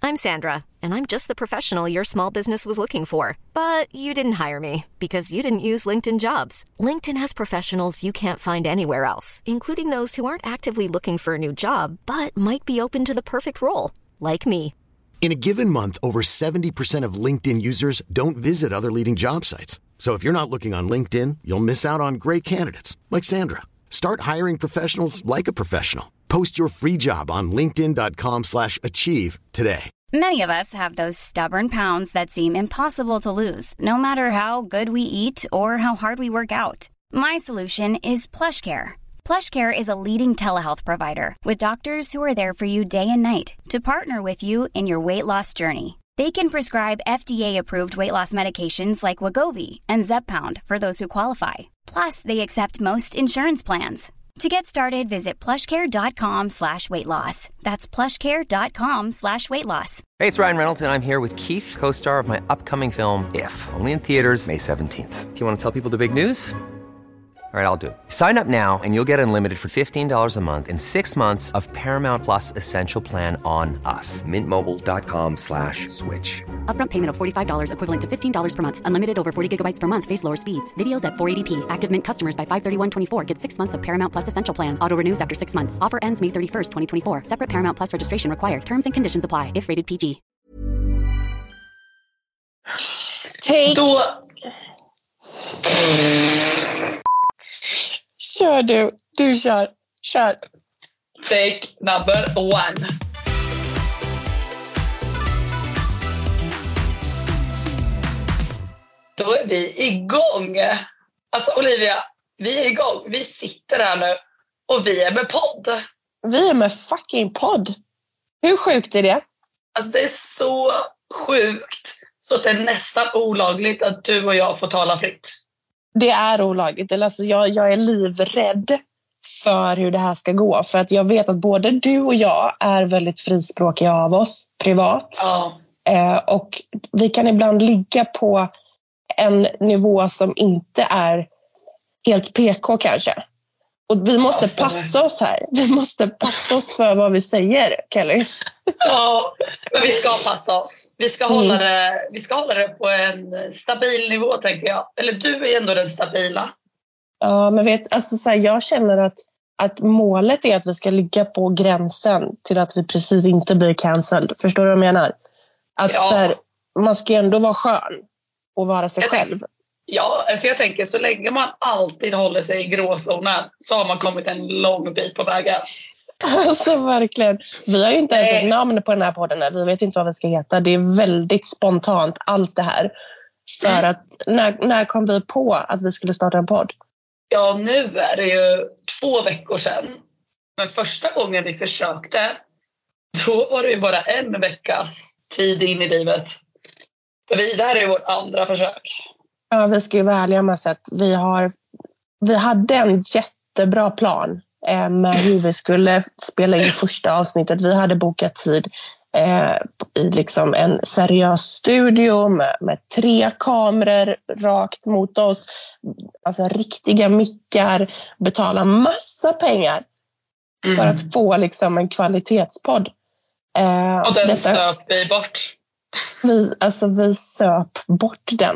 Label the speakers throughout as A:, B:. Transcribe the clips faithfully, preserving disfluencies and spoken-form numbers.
A: I'm Sandra, and I'm just the professional your small business was looking for. But you didn't hire me because you didn't use LinkedIn Jobs. LinkedIn has professionals you can't find anywhere else, including those who aren't actively looking for a new job, but might be open to the perfect role, like me.
B: In a given month, over seventy percent of LinkedIn users don't visit other leading job sites. So if you're not looking on LinkedIn, you'll miss out on great candidates like Sandra. Start hiring professionals like a professional. Post your free job on linkedin dot com slash achieve today.
C: Many of us have those stubborn pounds that seem impossible to lose, no matter how good we eat or how hard we work out. My solution is PlushCare. PlushCare is a leading telehealth provider with doctors who are there for you day and night to partner with you in your weight loss journey. They can prescribe F D A-approved weight loss medications like Wegovy and Zepbound for those who qualify. Plus, they accept most insurance plans. To get started, visit plushcare.com slash weight loss. That's plushcare.com slash weight loss.
D: Hey, it's Ryan Reynolds, and I'm here with Keith, co-star of my upcoming film, If, only in theaters May seventeenth. Do you want to tell people the big news? All right, I'll do it. Sign up now and you'll get unlimited for fifteen dollars a month and six months of Paramount Plus Essential Plan on us. Mint Mobile dot com slash switch.
E: Upfront payment of forty-five dollars equivalent to fifteen dollars per month. Unlimited over forty gigabytes per month. Face lower speeds. Videos at four eighty p. Active Mint customers by five thirty-one twenty-four get six months of Paramount Plus Essential Plan. Auto renews after six months. Offer ends May thirty-first, twenty twenty-four. Separate Paramount Plus registration required. Terms and conditions apply if rated P G.
F: Take...
G: Då...
F: Kör du. Du kör. Kör.
G: Take number one. Då är vi igång. Alltså Olivia, vi är igång. Vi sitter här nu och vi är med podd.
F: Vi är med fucking podd. Hur sjukt är det?
G: Alltså det är så sjukt så att det är nästan olagligt att du och jag får tala fritt.
F: Det är olagligt. Alltså jag, jag är livrädd för hur det här ska gå. För att jag vet att både du och jag är väldigt frispråkiga av oss privat.
G: Ja.
F: Eh, och vi kan ibland ligga på en nivå som inte är helt P K kanske. Och vi måste
G: alltså,
F: passa oss här. Vi måste passa oss för vad vi säger, Kelly.
G: Ja, men vi ska passa oss. Vi ska, mm. hålla det, vi ska hålla det på en stabil nivå, tänker jag. Eller du är ändå den stabila.
F: Ja, men vet, alltså, så här, jag känner att, att målet är att vi ska ligga på gränsen till att vi precis inte blir cancelled. Förstår du vad jag menar? Att
G: ja.
F: så här, man ska ändå vara skön och vara sig
G: jag
F: själv.
G: Tänk, ja, alltså jag tänker så länge man alltid håller sig i gråzonen så har man kommit en lång bit på vägen.
F: Alltså verkligen. Vi har ju inte ens ett namn på den här podden. Vi vet inte vad vi ska heta. Det är väldigt spontant allt det här. För mm. att när, när kom vi på att vi skulle starta en podd?
G: Ja, nu är det ju två veckor sedan. Men första gången vi försökte, då var det ju bara en veckas tid in i livet. För vi, det här är ju vårt andra försök.
F: Ja, vi ska ju vara ärliga med att vi har vi hade en jättebra plan med hur vi skulle spela in första avsnittet. Vi hade bokat tid eh, i liksom en seriös studio med, med tre kameror rakt mot oss. Alltså riktiga mickar. Betala massa pengar mm. för att få liksom en kvalitetspodd.
G: Eh, Och den detta, söp vi bort.
F: Vi, alltså vi söp bort den.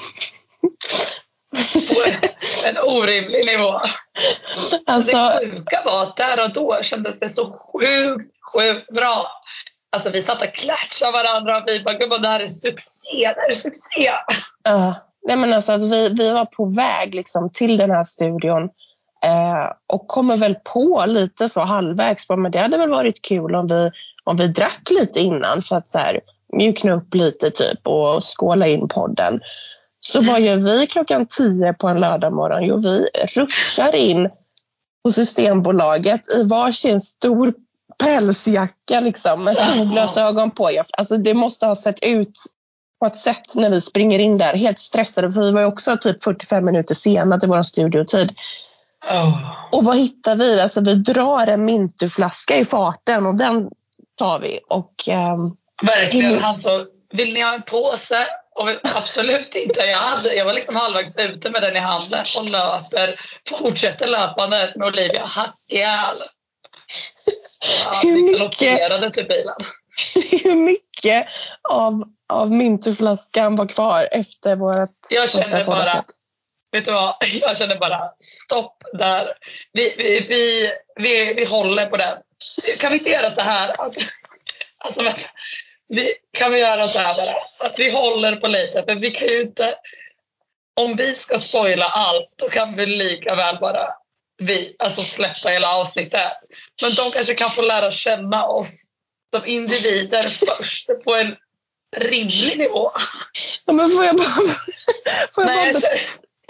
G: På en orimlig nivå. Alltså, det sjuka var att där och då kändes det så sjukt, sjukt bra. Alltså vi satt och klatschade varandra och vi bara, gud, det här är succé, det här är succé.
F: Uh, nej men alltså att vi, vi var på väg liksom till den här studion eh, och kommer väl på lite så halvvägs på, men det hade väl varit kul om vi, om vi drack lite innan för att så här mjukna upp lite typ och skåla in podden. Så vad gör vi klockan tio på en lördag morgon? Jo, vi ruschar in på Systembolaget i varsin stor pälsjacka liksom, med solglasögon på. Alltså det måste ha sett ut på ett sätt när vi springer in där. Helt stressade, för vi var ju också typ fyrtiofem minuter sena till vår studiotid. Oh. Och vad hittar vi? Alltså vi drar en mintuflaska i farten och den tar vi. Och, um,
G: verkligen, han så, vill ni ha en påse? Och absolut inte. Jag, hade, jag var liksom halvvägs ute med den i handen och löper, fortsätter löpande med Olivia Hackel. Ja,
F: hur mycket
G: till bilen.
F: Hur mycket mycket av, av mintflaskan var kvar efter vårt
G: Jag känner bara, vet du vad? Jag känner bara, stopp där. Vi, vi, vi, vi, vi håller på den. Kan vi inte göra så här? Alltså, alltså vi, kan vi göra så här bara? Att vi håller på lite. För vi kan ju inte... Om vi ska spoila allt, då kan vi lika väl bara vi, alltså släppa hela avsnittet. Men de kanske kan få lära känna oss som individer först på en rimlig nivå.
F: Ja, men får jag bara... Får jag
G: Nej,
F: bara...
G: jag känner,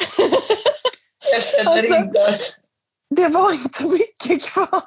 G: jag känner
F: alltså,
G: inte...
F: Det var inte mycket kvar.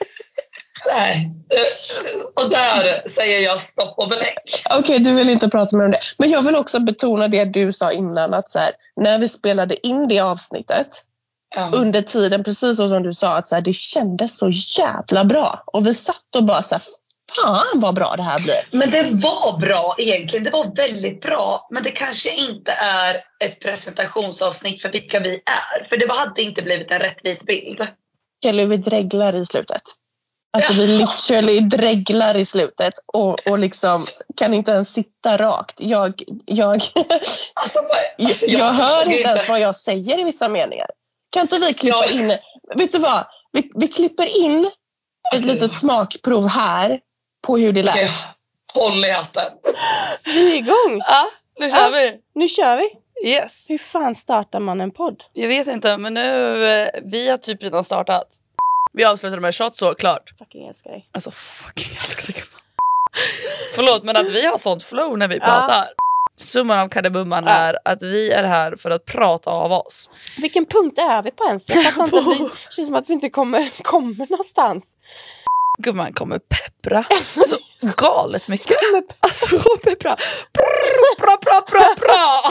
G: Nej, och där säger jag stopp och belägg.
F: Okej, okay, du vill inte prata mer om det. Men jag vill också betona det du sa innan. Att så här, när vi spelade in det avsnittet, ja. Under tiden, precis som du sa, att så här, det kändes så jävla bra. Och vi satt och bara så här, fan vad bra det här blir.
G: Men det var bra egentligen, det var väldigt bra. Men det kanske inte är ett presentationsavsnitt för vilka vi är. För det hade inte blivit en rättvis bild.
F: Kelly, vi dreglar i slutet. Alltså vi literally dreglar i slutet och, och liksom kan inte ens sitta rakt. Jag, jag,
G: alltså, alltså,
F: jag, jag hör inte ens
G: inte
F: vad jag säger i vissa meningar. Kan inte vi klippa
G: jag...
F: in, vet du vad? Vi, vi klipper in ett okay. litet smakprov här på hur det lät. Okay.
G: Håll i hatten.
F: Vi är igång.
H: Ja, nu kör ja, vi.
F: Nu kör vi.
H: Yes.
F: Hur fan startar man en podd?
H: Jag vet inte, men nu, vi har typ redan startat. Vi avslutar med shot så klart.
F: Fucking älskar dig.
H: Alltså fucking älskar dig. Förlåt, men att vi har sånt flow när vi ja. pratar. Summan av kardemumman ja. är att vi är här för att prata av oss.
F: Vilken punkt är vi på ens? Jag fattar inte. Vi, det känns som att vi inte kommer, kommer någonstans.
H: Gumman kommer peppra så galet mycket. Alltså peppra. Bra, bra, bra, bra.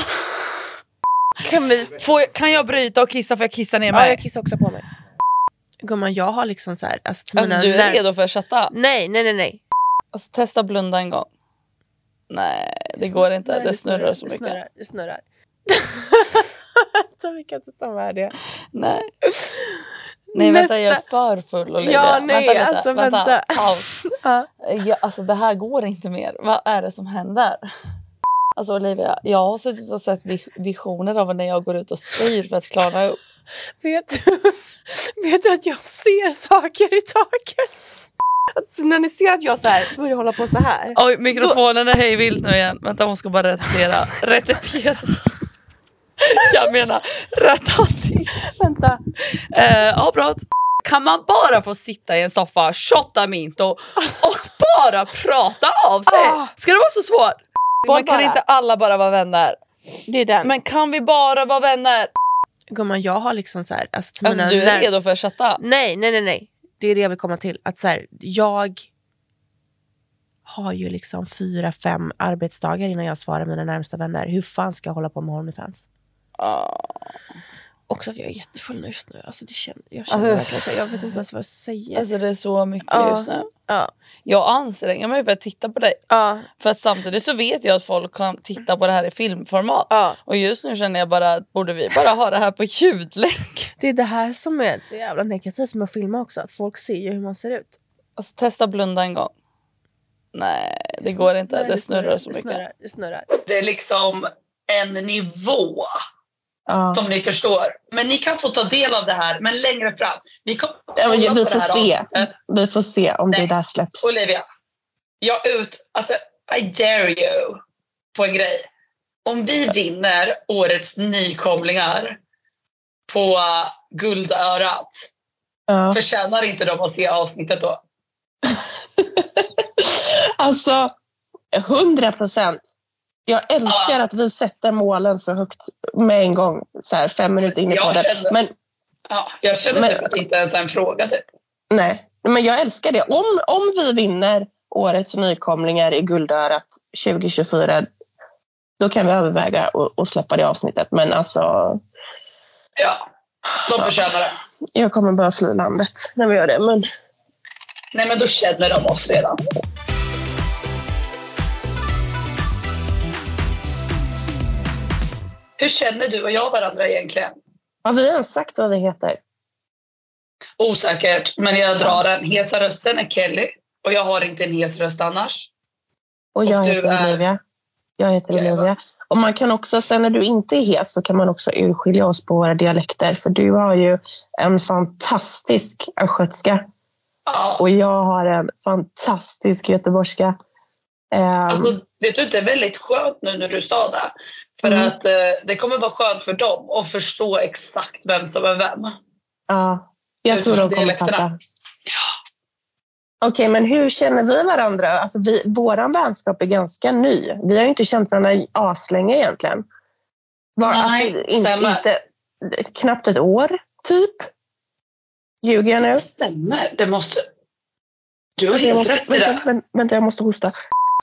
H: Kan, vi... Får, kan jag bryta och kissa för jag kissar ner mig?
F: Ja, jag kissar också på mig. Gumman, jag har liksom så här... Alltså,
H: alltså du är när... redo för att chatta?
F: Nej, nej, nej, nej.
H: Alltså, testa blunda en gång. Nej, det går inte. Nej, det, det snurrar, snurrar så
F: det
H: mycket.
F: Snurrar, det snurrar. Vi kan inte ta med det.
H: Nej. Nej,
F: Nästa...
H: vänta, jag är för full och
F: ja, nej,
H: vänta lite.
F: Alltså,
H: vänta,
F: vänta.
H: Paus. ja. Ja, alltså, det här går inte mer. Vad är det som händer? Alltså, Olivia, jag har suttit och sett visioner av när jag går ut och styr för att klara upp.
F: Vet du, vet du att jag ser saker i taket? Alltså när ni ser att jag så här börjar hålla på så här.
H: Oj, mikrofonen då... är hej vilt nu igen. Vänta, hon ska bara rättera. Rättera. Jag menar, rätta till.
F: Vänta.
H: Eh, ja, bra. Kan man bara få sitta i en soffa, shotta mint och, och bara prata av sig? Ska det vara så svårt? Man kan bara. Inte alla bara vara vänner.
F: Det är den.
H: Men kan vi bara vara vänner?
F: Gumman, jag har liksom så här... Alltså,
H: alltså du är när... redo för att chatta?
F: Nej, nej, nej, nej. Det är det jag vill komma till. Att så här, jag har ju liksom fyra, fem arbetsdagar innan jag svarar mina närmsta vänner. Hur fan ska jag hålla på med OnlyFans?
H: Oh.
F: Också att jag är jättefull just nu. Alltså det känner, jag känner alltså, verkligen, jag vet inte vad jag säger.
H: Alltså det är så mycket
F: ja.
H: just nu.
F: Ja.
H: Jag anstränger mig för att titta på dig.
F: Ja.
H: För att samtidigt så vet jag att folk kan titta på det här i filmformat.
F: Ja.
H: Och just nu känner jag bara att borde vi bara ha det här på ljudlänk.
F: Det är det här som är så jävla negativt med att filma också. Att folk ser ju hur man ser ut.
H: Alltså testa blunda en gång. Nej, det, det går inte. Nej, det, det snurrar, snurrar så mycket.
F: Det snurrar, det snurrar.
G: Det är liksom en nivå. Ja. Som ni förstår. Men ni kan få ta del av det här. Men längre fram. Vi, kommer
F: ja, men, vi får se. Avsnittet. Vi får se om Nej. det där släpps.
G: Olivia. Jag ut. Alltså, I dare you. På en grej. Om vi vinner årets nykomlingar. På Guldörat. Ja. Förtjänar inte de att se avsnittet då?
F: Alltså. hundra procent. Jag älskar ja. att vi sätter målen så högt med en gång. Så här fem minuter in i podden. Men,
G: ja, jag känner men, att det inte ens är en fråga. Typ.
F: Nej, men jag älskar det. Om, om vi vinner årets nykomlingar i Guldörat tjugo tjugofyra. Då kan vi överväga och, och släppa det avsnittet. Men alltså...
G: Ja, de förtjänar det.
F: Jag kommer bara fly landet när vi gör det. Men...
G: Nej, men då känner de oss redan. Hur känner du och jag varandra egentligen?
F: Har vi ens sagt vad vi heter?
G: Osäkert, men jag drar den. Hesa rösten är Kelly. Och jag har inte en hes röst annars.
F: Och jag
G: och
F: heter
G: är...
F: Olivia. Jag heter
G: jag
F: Olivia. Och man kan också, sen när du inte är het så kan man också urskilja oss på våra dialekter. För du har ju en fantastisk östgötska.
G: Ja.
F: Och jag har en fantastisk göteborgska. Um,
G: alltså, vet du, det är väldigt skönt nu när du sa det. För
F: mm.
G: att eh, det kommer vara skönt för dem att förstå exakt vem som är vem.
F: Ja, jag
G: Utifrån
F: tror de kommer
G: dialekterna.
F: fatta. Okej, okay, men hur känner vi varandra? Alltså vi, våran vänskap är ganska ny. Vi har ju inte känt varandra aslänge egentligen. Var,
G: Nej,
F: alltså, in,
G: stämmer.
F: inte, knappt ett år, typ. Ljuger jag nu?
G: Det stämmer, det måste... Du har
F: Vänta,
G: helt
F: måste,
G: rätt i
F: vänta,
G: det.
F: vänta, vänta, jag måste hosta.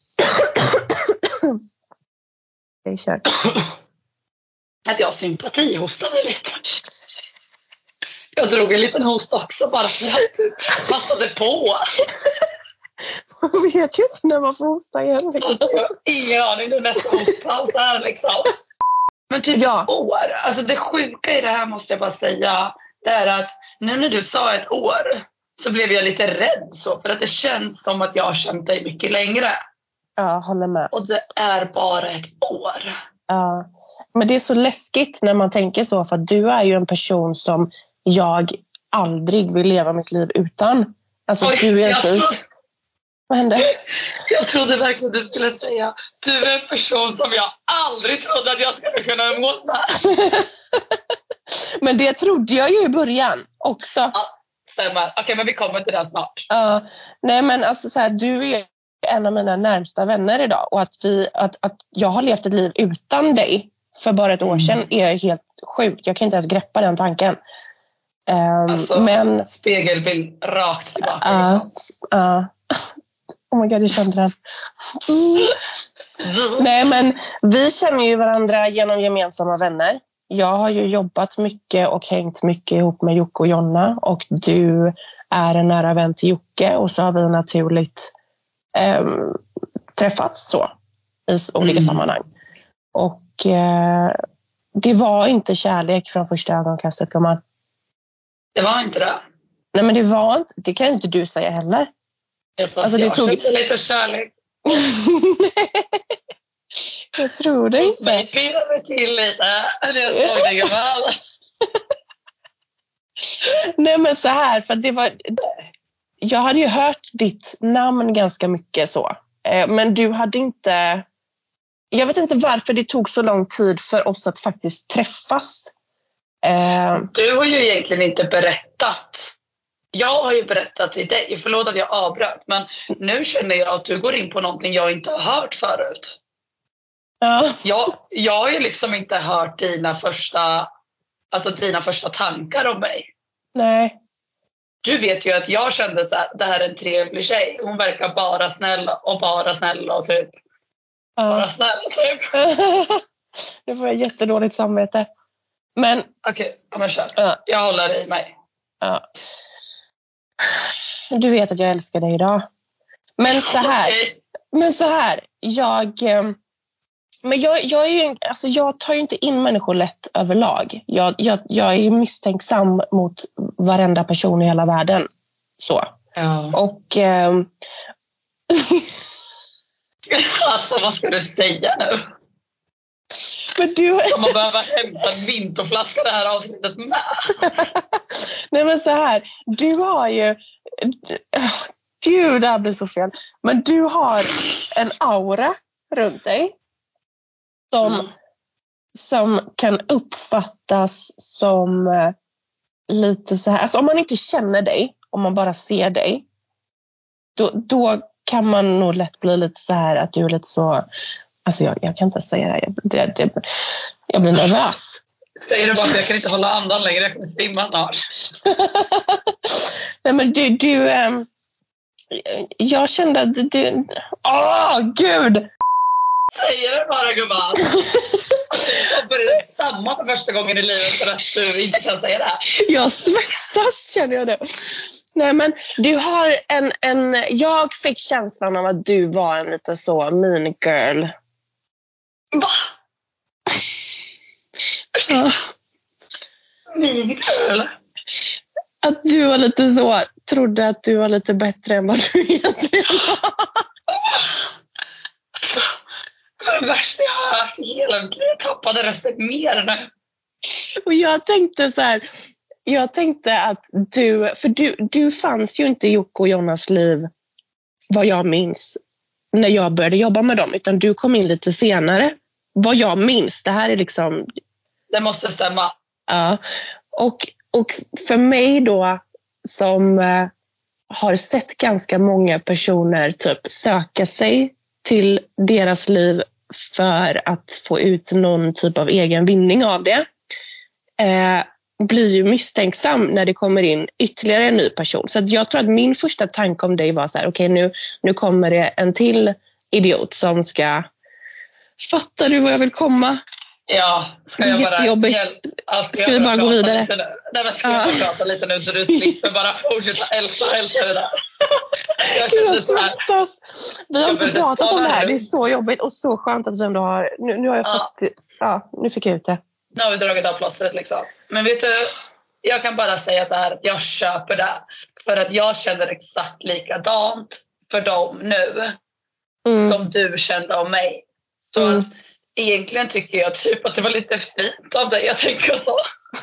F: Okej, kör.
G: Att jag sympatihostade lite. Jag drog en liten host också bara för att passade på.
F: Man vet ju inte när man får hosta igen. Liksom.
G: Alltså, jag har ingen aning, det är nästa hostpaus här liksom. Men typ
F: Ja.
G: ett år. Alltså det sjuka i det här måste jag bara säga. Det är att nu när du sa ett år så blev jag lite rädd så. För att det känns som att jag har känt dig mycket längre.
F: Ja, håller med.
G: Och det är bara ett år.
F: Ja. Men det är så läskigt när man tänker så. För att du är ju en person som jag aldrig vill leva mitt liv utan. Alltså
G: Oj,
F: du är en
G: jag
F: tjej.
G: trodde-
F: Vad hände?
G: Jag trodde verkligen du skulle säga du är en person som jag aldrig trodde att jag skulle kunna umgås med.
F: Men det trodde jag ju i början också.
G: Ja, stämmer. Okej, men vi kommer till det snart.
F: Ja, nej men alltså så här, du är en av mina närmsta vänner idag. Och att, vi, att, att jag har levt ett liv utan dig för bara ett år sedan är helt sjukt. Jag kan inte ens greppa den tanken. Um,
G: Alltså,
F: men
G: spegelbild rakt tillbaka.
F: Ja, uh, uh, oh my god, jag kände den. Mm. Nej, men vi känner ju varandra genom gemensamma vänner. Jag har ju jobbat mycket och hängt mycket ihop med Jocke och Jonna. Och du är en nära vän till Jocke. Och så har vi naturligt um, träffats så i olika
G: Mm.
F: sammanhang. Och uh, det var inte kärlek från första ögonkastet, gumman.
G: Det var inte det.
F: Nej, men det var inte, det kan inte du säga heller.
G: Jag, fast
F: Alltså, det
G: jag
F: tog-
G: kände lite kärlek.
F: Jag tror det
G: Hos mig
F: inte.
G: pirrade till lite. Eller jag såg det gammal.
F: Nej, men så här, för att det var... Jag hade ju hört ditt namn ganska mycket så. Eh, Men du hade inte... Jag vet inte varför det tog så lång tid för oss att faktiskt träffas. Eh,
G: Du har ju egentligen inte berättat. Jag har ju berättat till dig. Förlåt att jag avbröt. Men nu känner jag att du går in på någonting jag inte har hört förut.
F: ja.
G: Jag, jag har ju liksom inte hört dina första, alltså dina första tankar om mig.
F: Nej.
G: Du vet ju att jag kände så här, det här är en trevlig tjej. Hon verkar bara snäll och bara snäll och typ bara
F: Ja.
G: snäll typ.
F: Nu får jag jättedåligt samvete. Men...
G: Okej, ja, men kör.
F: Ja.
G: Jag håller i mig.
F: Ja. Du vet att jag älskar dig idag. Men så här...
G: Okej.
F: Men så här, jag, eh, men jag, jag, är ju, alltså jag tar ju inte in människor lätt överlag. Jag, jag, jag är misstänksam mot varenda person i hela världen. Så.
G: Ja.
F: Och... Eh,
G: Alltså vad ska du säga nu?
F: men du...
G: Ska man behöva hämta en vinterflaska det här avsnittet med?
F: Nej, men så här, du har ju... Gud, det här blir så fel. Men du har en aura runt dig som,
G: Mm.
F: som kan uppfattas som eh, lite så här. Alltså om man inte känner dig, om man bara ser dig, då, då kan man nog lätt bli lite så här att du är lite så... Alltså jag, jag kan inte säga det här. Jag, det, det, jag blir nervös.
G: Säger du bara att jag kan inte hålla andan längre, jag kommer svimma snart.
F: Nej, men du... du ehm, jag kände att du... Åh, gud!
G: Säger det bara gumman. Alltså, jag började stamma för första gången i livet för att du inte kan säga det här.
F: Jag svettas, känner jag det. Nej, men du har en, en... Jag fick känslan av att du var en lite så mean girl.
G: Va?
F: Ja.
G: Min girl.
F: Att du var lite så... Trodde att du var lite bättre än vad du egentligen var.
G: var det värsta jag har hört i hela mitt liv. Jag tappade rösten mer nu.
F: Och jag tänkte så här, jag tänkte att du, för du, du fanns ju inte i Jocke och Jonas liv vad jag minns när jag började jobba med dem, utan du kom in lite senare. Vad jag minns, det här är liksom...
G: Det måste stämma.
F: Ja, och, och för mig då som eh, har sett ganska många personer typ söka sig till deras liv för att få ut någon typ av egen vinning av det, eh, blir ju misstänksam när det kommer in ytterligare en ny person. Så att jag tror att min första tanke om dig var så här: okej, okay, nu, nu kommer det en till idiot som ska... Fattar du vad jag vill komma?
G: Ja, ska jag bara...
F: Jättejobbigt.
G: Ja, ska,
F: ska vi bara gå vidare?
G: Lite nu? Nej, men ska jag bara prata lite nu så du slipper bara fortsätta älta, älta det där. Jag kände så här...
F: Vi har inte pratat om det här. Det är så jobbigt och så skönt att vi ändå har... Nu, nu har jag
G: ja.
F: fått... Ja, nu fick jag ut det.
G: Nu har vi dragit av plåstret liksom. Men vet du, jag kan bara säga så här att jag köper det. För att jag känner exakt likadant för dem nu. Mm. Som du kände om mig. Så mm. att egentligen tycker jag typ att det var lite fint av dig. Jag tänker så.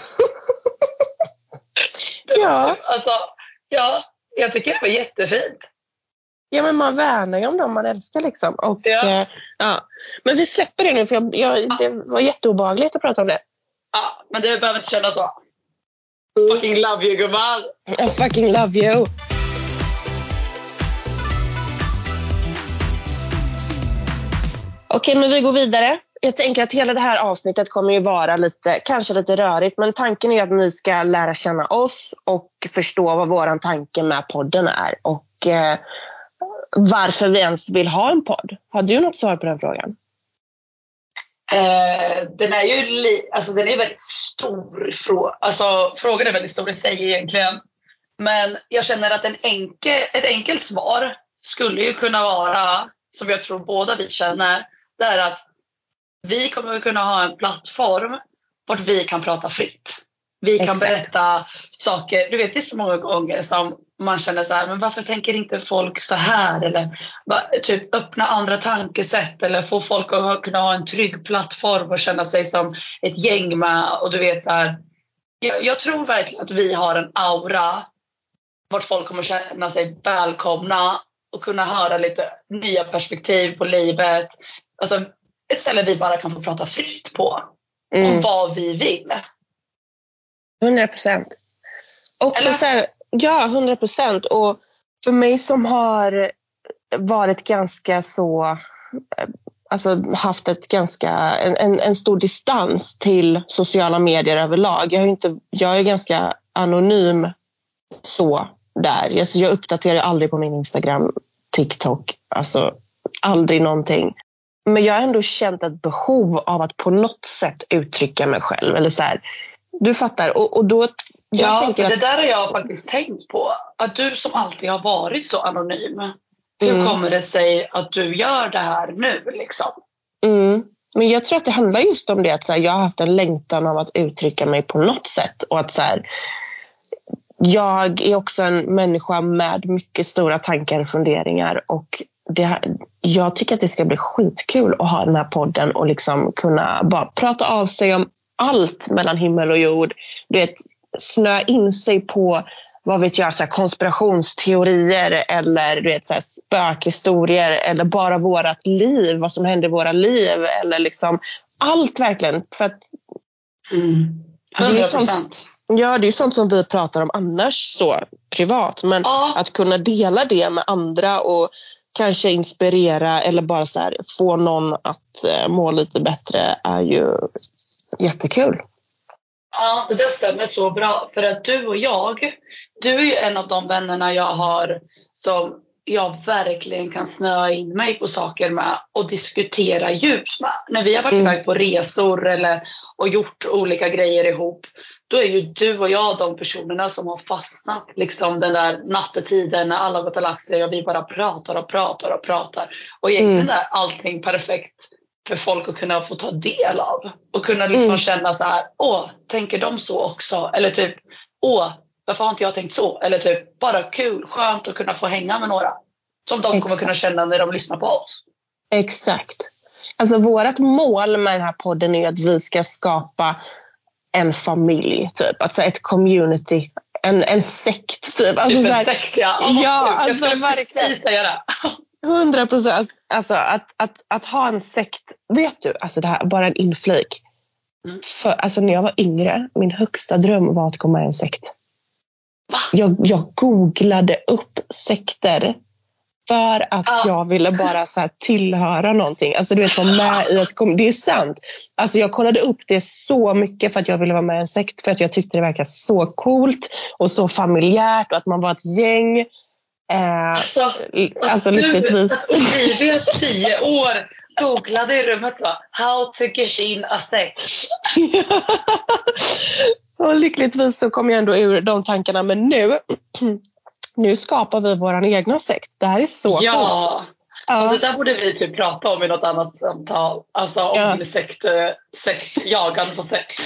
F: Ja.
G: Typ, alltså, ja, jag tycker det var jättefint.
F: Ja, men man värnar ju om dem man älskar liksom. Och,
G: ja.
F: Eh, ja. Men vi släpper det nu för jag, jag, det var jätteobehagligt att prata om det.
G: Ja, men du behöver inte känna så. Mm. Fucking love you, gumman.
F: I fucking love you. Okej, men vi går vidare. Jag tänker att hela det här avsnittet kommer ju vara lite, kanske lite rörigt. Men tanken är att ni ska lära känna oss och förstå vad våran tanke med podden är. Och eh, varför vi ens vill ha en podd. Har du något svar på den frågan?
G: Eh, den är ju li- alltså den är väldigt stor fråga. Alltså frågan är väldigt stor i sig egentligen. Men jag känner att en enkel, ett enkelt svar skulle ju kunna vara, som jag tror båda vi känner, det är att vi kommer kunna ha en plattform vart vi kan prata fritt. Vi kan Exakt. berätta saker. Du vet, det är så många gånger som man känner så här, men varför tänker inte folk så här? Eller typ öppna andra tankesätt eller få folk att kunna ha en trygg plattform och känna sig som ett gäng med. Och du vet så här, jag, jag tror verkligen att vi har en aura vart folk kommer känna sig välkomna och kunna höra lite nya perspektiv på livet. Alltså ett ställe vi bara kan få prata fritt på. Mm. Om vad vi vill.
F: hundra procent. Och så här, ja, hundra procent. Och för mig som har varit ganska så, alltså haft ett ganska, en, en stor distans till sociala medier överlag. Jag är, inte, jag är ganska anonym så där. Alltså, jag uppdaterar aldrig på min Instagram, TikTok, alltså aldrig någonting. Men jag har ändå känt ett behov av att på något sätt uttrycka mig själv. Eller så här, du fattar. Och, och då, jag
G: ja,
F: tänker
G: för det
F: att...
G: där har jag faktiskt tänkt på. Att du som alltid har varit så anonym. Hur mm. kommer det sig att du gör det här nu liksom?
F: Mm. Men jag tror att det handlar just om det. Att så här, jag har haft en längtan av att uttrycka mig på något sätt. Och att så här, jag är också en människa med mycket stora tankar och funderingar. Och det, jag tycker att det ska bli skitkul att ha den här podden och liksom kunna bara prata av sig om allt mellan himmel och jord. Du vet, snöa in sig på, vad vet jag, så här konspirationsteorier eller du vet, så här spökhistorier eller bara vårat liv, vad som händer i våra liv eller liksom allt verkligen. För att
G: mm. hundra procent.
F: Ja, det är sånt som vi pratar om annars så privat. Men
G: ja.
F: Att kunna dela det med andra och kanske inspirera eller bara så här, få någon att uh, må lite bättre är ju jättekul.
G: Ja, det stämmer så bra. För att du och jag, du är ju en av de vännerna jag har som jag verkligen kan snöa in mig på saker med och diskutera djupt med. När vi har varit mm. iväg på resor eller, och gjort olika grejer ihop, då är ju du och jag de personerna som har fastnat liksom den där nattetiden när alla gått och lagt sig och vi bara pratar och pratar och pratar. Och egentligen mm. är allting perfekt för folk att kunna få ta del av. Och kunna liksom mm. känna så här, åh, tänker de så också? Eller typ, åh, varför har inte jag tänkt så? Eller typ, bara kul, skönt att kunna få hänga med några. Som de Exakt. kommer kunna känna när de lyssnar på oss.
F: Exakt. Alltså vårt mål med den här podden är att vi ska skapa en familj typ. Alltså ett community. En, en sekt typ. Alltså,
G: typ
F: så här,
G: en sekt, ja. Oh,
F: ja,
G: jag
F: alltså
G: skulle precis säga det.
F: hundra procent. Alltså att, att, att ha en sekt. Vet du, alltså det här, bara en inflik. Mm. För, alltså när jag var yngre, min högsta dröm var att komma i en sekt.
G: Va?
F: Jag, jag googlade upp sekter för att ah. jag ville bara så här tillhöra någonting. Alltså du vet, vara med i ett... Det är sant. Alltså jag kollade upp det så mycket för att jag ville vara med i en sekt. För att jag tyckte det verkade så coolt och så familjärt och att man var ett gäng. Eh, alltså, alltså lyckligtvis.
G: Att Olivia tio år googlade i rummet så. How to get in a sect.
F: Och lyckligtvis så kom jag ändå ur de tankarna. Men nu... Nu skapar vi våran egna sekt. Det här är så
G: ja.
F: coolt.
G: Ja, och det där borde vi typ prata om i något annat samtal. Alltså om ja. sekt, sekt, jagan på sekt.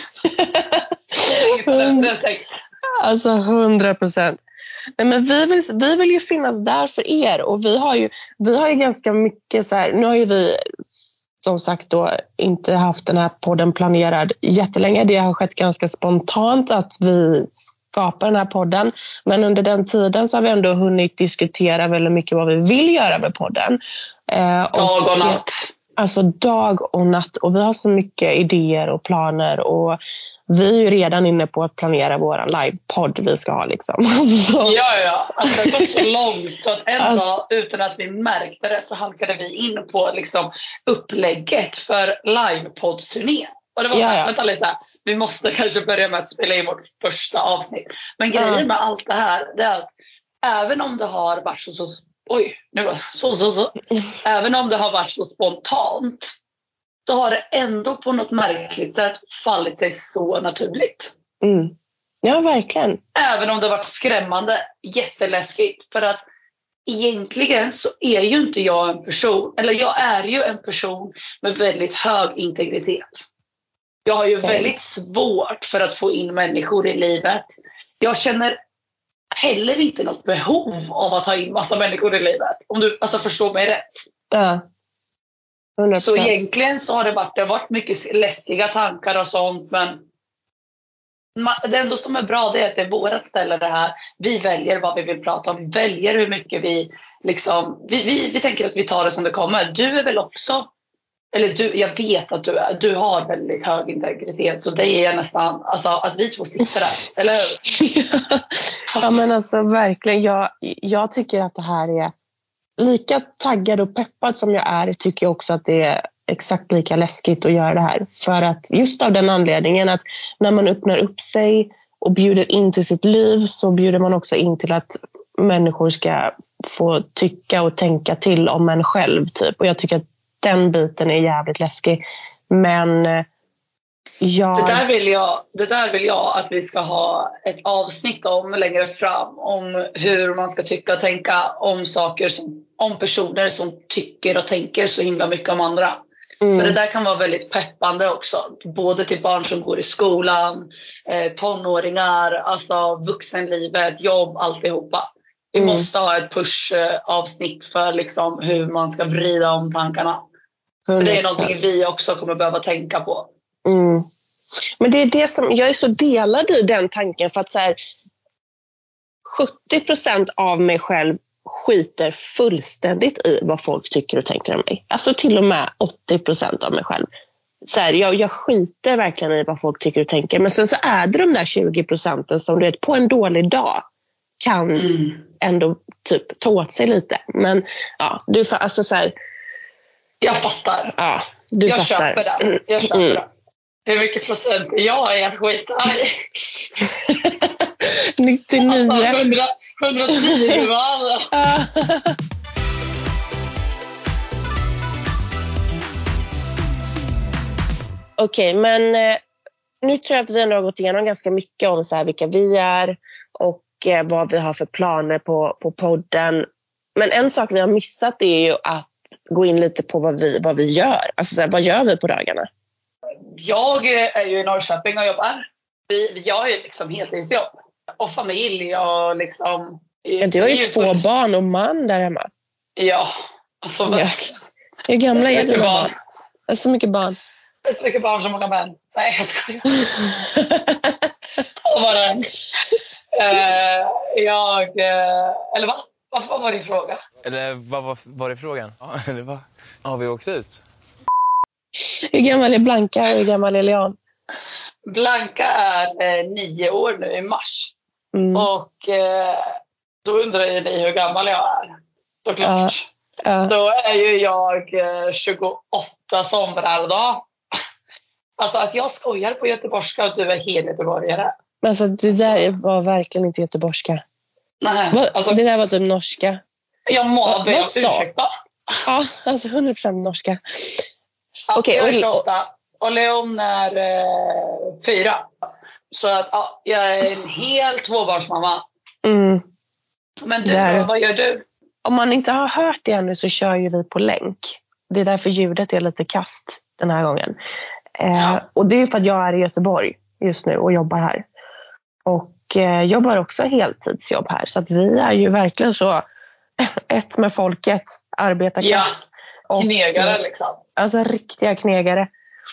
F: hundra Alltså hundra procent. Nej, men vi vill, vi vill ju finnas där för er. Och vi har ju, vi har ju ganska mycket så här. Nu har ju vi som sagt då inte haft den här podden planerad jättelänge. Det har skett ganska spontant att vi skapa den här podden. Men under den tiden så har vi ändå hunnit diskutera väldigt mycket vad vi vill göra med podden.
G: Eh, dag och, och natt.
F: Alltså dag och natt. Och vi har så mycket idéer och planer. Och vi är ju redan inne på att planera våran livepodd vi ska ha liksom.
G: Så. Ja, ja. Alltså det har gått så långt så att en alltså, dag utan att vi märkte det så halkade vi in på liksom upplägget för livepoddsturnén. Och det var ja, ja. Vänta lite här. Vi måste kanske börja med att spela in vårt första avsnitt. Men grejen mm. med allt det här det är att även om det har varit så, så oj, nu var så, så, så. Även om det har varit så spontant så har det ändå på något märkligt sätt fallit sig så naturligt.
F: Mm. Ja, verkligen.
G: Även om det har varit skrämmande, jätteläskigt. För att egentligen så är ju inte jag en person, eller jag är ju en person med väldigt hög integritet. Jag har ju väldigt svårt för att få in människor i livet. Jag känner heller inte något behov av att ha in massa människor i livet. Om du alltså förstår mig rätt.
F: Ja. hundra procent.
G: Så egentligen så har det varit, det har varit mycket läskiga tankar och sånt. Men det enda som är bra det är att det är vårat ställe det här. Vi väljer vad vi vill prata om. Vi väljer hur mycket vi liksom... Vi, vi, vi tänker att vi tar det som det kommer. Du är väl också... Eller du, jag vet att du, är, du har väldigt hög integritet. Så det är nästan, alltså att vi två sitter där, eller hur?
F: Ja men alltså verkligen, jag, jag tycker att det här är lika taggad och peppad som jag är. Tycker jag också att det är exakt lika läskigt att göra det här. För att just av den anledningen att när man öppnar upp sig och bjuder in till sitt liv så bjuder man också in till att människor ska få tycka och tänka till om en själv typ. Och jag tycker att den biten är jävligt läskig. Men jag...
G: Det där vill jag, det där vill jag att vi ska ha ett avsnitt om längre fram. Om hur man ska tycka och tänka om saker som, om personer som tycker och tänker så himla mycket om andra. Mm. För det där kan vara väldigt peppande också. Både till barn som går i skolan, eh, tonåringar, alltså vuxenlivet, jobb, alltihopa. Vi mm. måste ha ett push-avsnitt för liksom hur man ska vrida om tankarna. För det är någonting vi också kommer behöva tänka på.
F: Mm. Men det är det som, jag är så delad i den tanken. För att så här, sjuttio procent av mig själv skiter fullständigt i vad folk tycker och tänker om mig. Alltså till och med åttio procent av mig själv. Så här, jag, jag skiter verkligen i vad folk tycker och tänker. Men sen så är det de där tjugo procenten som du vet, på en dålig dag kan mm. ändå typ ta åt sig lite. Men ja, du får alltså så här...
G: Jag fattar.
F: Ja, du
G: jag
F: fattar.
G: Köper det. Jag köper mm. det. Hur mycket procent är jag i att skita i?
F: nittionio.
G: Alltså hundra, hundratio va?
F: Okej, okay, men eh, nu tror jag att vi ändå har gått igenom ganska mycket om så här, vilka vi är och eh, vad vi har för planer på, på podden. Men en sak vi har missat är ju att gå in lite på vad vi, vad vi gör. Alltså så här, vad gör vi på dagarna?
G: Jag är ju i Norrköping och jobbar. Vi, jag har ju liksom heltidsjobb och familj och liksom...
F: Men du har ju, ju två för... barn och man där hemma.
G: Ja, alltså verkligen.
F: Ja. Hur gamla är dina barn? Det är så mycket barn.
G: Det är så mycket barn som många män. Nej, jag skojar. Vad var det? Uh, jag... Uh, eller vad? Vad var din fråga?
I: Eller vad var, var det frågan? Eller vad? Har vi åkt ut?
F: Hur gammal är Blanka och hur gammal är Leon?
G: Blanka är eh, nio år nu i mars. Mm. Och eh, då undrar ju ni hur gammal jag är. Såklart. Ja, ja. Då är ju jag eh, tjugoåtta somrar då. Alltså att jag skojar på göteborgska och du är helt göteborgare.
F: Men alltså det där var verkligen inte göteborgska.
G: Nej.
F: Va,
G: alltså,
F: det där var typ norska.
G: Jag må be om ursäkt då.
F: Ja, alltså hundra procent norska.
G: Ja, okej, jag är tjugoåtta. Och Leon är eh, fyra. Så att ja, jag är en hel tvåbarnsmamma. Mm. Men du, då, vad gör du?
F: Om man inte har hört det ännu så kör ju vi på länk. Det är därför ljudet är lite kast den här gången. Eh, ja. Och det är för att jag är i Göteborg just nu och jobbar här. Och eh, jobbar också heltidsjobb här. Så att vi är ju verkligen så ett med folket, arbetarklass.
G: Ja, knegare och, liksom.
F: Alltså riktiga knegare.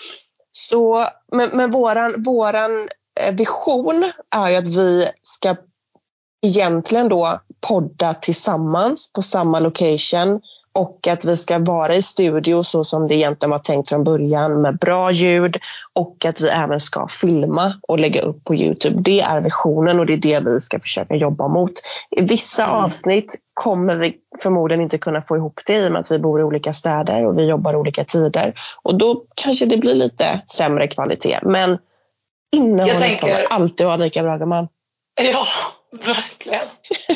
F: Så, men, men våran, våran vision är ju att vi ska egentligen då podda tillsammans på samma location och att vi ska vara i studio så som det egentligen var tänkt från början med bra ljud och att vi även ska filma och lägga upp på YouTube. Det är visionen och det är det vi ska försöka jobba mot. I vissa mm. avsnitt kommer vi förmodligen inte kunna få ihop det i och med att vi bor i olika städer och vi jobbar olika tider. Och då kanske det blir lite sämre kvalitet. Men innehållet tänker... kommer alltid vara lika bra, gumman.
G: Ja, verkligen.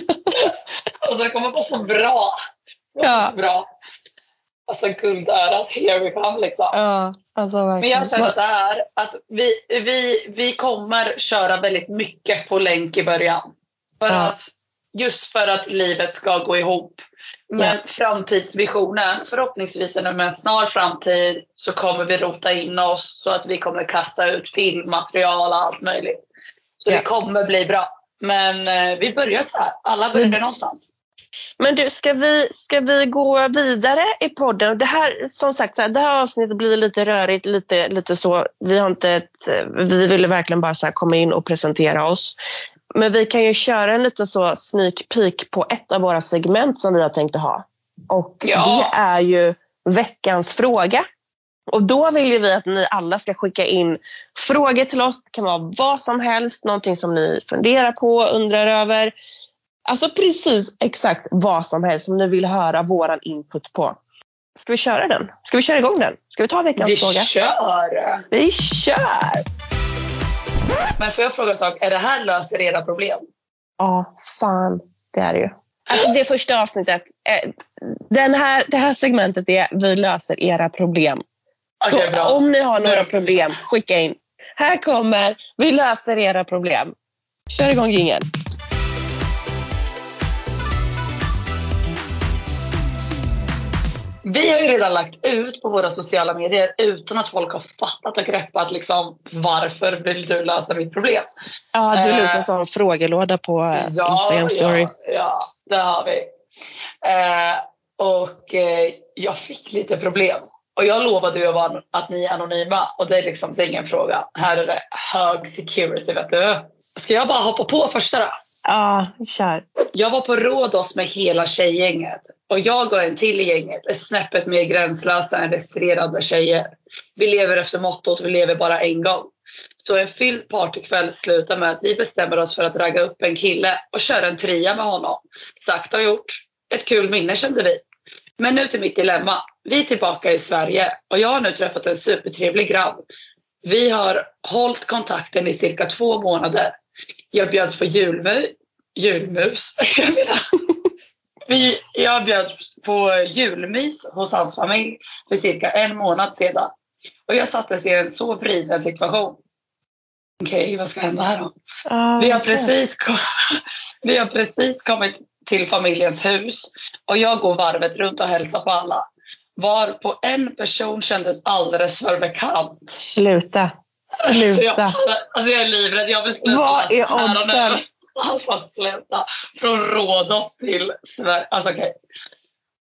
G: Alltså det kommer vara så bra. Ja. Så bra. Alltså guldörat, here we come liksom.
F: Ja, alltså verkligen.
G: Men jag känner så här att vi, vi, vi kommer köra väldigt mycket på länk i början. För ja. att, just för att livet ska gå ihop. Men ja. framtidsvisionen, förhoppningsvis inom en snar framtid så kommer vi rota in oss så att vi kommer kasta ut filmmaterial och allt möjligt. Så ja. det kommer bli bra. Men eh, vi börjar så här, alla börjar mm. någonstans.
F: Men du, ska vi, ska vi gå vidare i podden? Det här, som sagt, så här, det här avsnittet blir lite rörigt, lite, lite så. Vi har inte ett, vi ville verkligen bara så här komma in och presentera oss. Men vi kan ju köra en lite så sneak peek på ett av våra segment som vi har tänkt att ha. Och ja. det är ju veckans fråga. Och då vill ju vi att ni alla ska skicka in frågor till oss. Det kan vara vad som helst, någonting som ni funderar på, undrar över. Alltså precis exakt vad som helst som ni vill höra våran input på. Ska vi köra den? Ska vi köra igång den? Ska vi ta veckans
G: vi
F: fråga?
G: Vi kör!
F: Vi kör!
G: Men får jag fråga en sak? Är det här löser era problem?
F: Ja, fan. Det är det ju. Alltså det första avsnittet. Den här, det här segmentet är vi löser era problem.
G: Okay,
F: Så, om ni har några problem, skicka in. Här kommer vi löser era problem. Kör igång jingeln.
G: Vi har ju redan lagt ut på våra sociala medier utan att folk har fattat och greppat liksom, varför vill du lösa mitt problem.
F: Ja, du lutar som en frågelåda på
G: ja,
F: Instagram story.
G: Ja, ja, det har vi. Eh, och eh, jag fick lite problem. Och jag lovade ju att ni är anonyma. Och det är liksom, det är ingen fråga. Här är det hög security, vet du. Ska jag bara hoppa på första då?
F: Ja, kör.
G: Jag var på Rhodos med hela tjejgänget. Och jag och en till i gänget är snäppet mer gränslösa än registrerade tjejer. Vi lever efter mottot, vi lever bara en gång. Så en fylld partykväll slutar med att vi bestämmer oss för att ragga upp en kille och köra en tria med honom. Sagt och gjort. Ett kul minne kände vi. Men nu till mitt dilemma. Vi är tillbaka i Sverige och jag har nu träffat en supertrevlig grabb. Vi har hållit kontakten i cirka två månader. Jag bjöds på julmu- julmus. Vi, jag bjöds på julmys hos hans familj för cirka en månad sedan. Och jag sattes i en så vriden situation. Okej, okay, vad ska hända här då? Uh, vi, har precis kom- vi har precis kommit till familjens hus. Och jag går varvet runt och hälsar på alla. Var på en person kändes alldeles för bekant.
F: Sluta. Sluta.
G: Alltså jag, alltså jag är livrädd. Jag vill sluta.
F: Vad är oddsen?
G: Alltså sluta. Från Rhodos till Sverige. Alltså okej. Okay.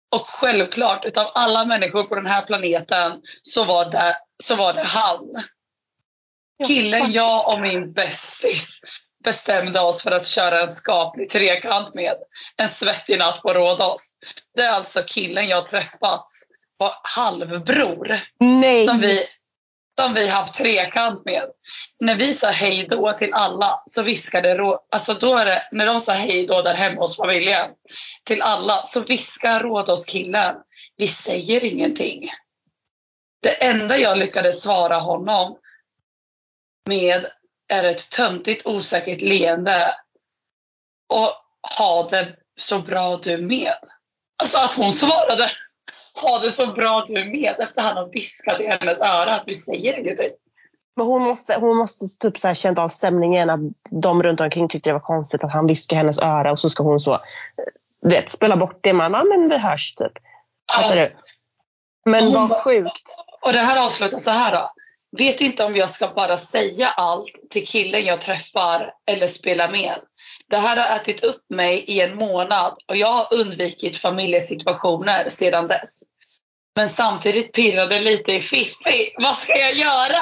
G: Och självklart, utav alla människor på den här planeten så var det, så var det han. Killen jag och min bästis bestämde oss för att köra en skaplig trekant med. En svettig natt på Rhodos. Det är alltså killen jag träffats på halvbror.
F: Nej.
G: Som vi, som vi haft trekant med. När vi sa hej då till alla så viskade, alltså då är det, när de sa hej då där hemma hos familjen till alla så viskar Rhodos-killen: vi säger ingenting. Det enda jag lyckades svara honom med är ett töntigt osäkert leende och ha det så bra du med. Alltså att hon svarade ha det så bra du med efter han har viskat i hennes öra att vi säger ingenting.
F: Men hon måste, hon måste typ så här känt av stämningen att de runt omkring tyckte det var konstigt att han viskade hennes öra och så ska hon så rätt spela bort det. Man, ja, men vi hörs typ.
G: Ja.
F: Du? Men vad sjukt.
G: Och det här avslutar så här då. Vet inte om jag ska bara säga allt till killen jag träffar eller spela med. Det här har ätit upp mig i en månad och jag har undvikit familjesituationer sedan dess. Men samtidigt pirrade lite i fiffi. Vad ska jag göra?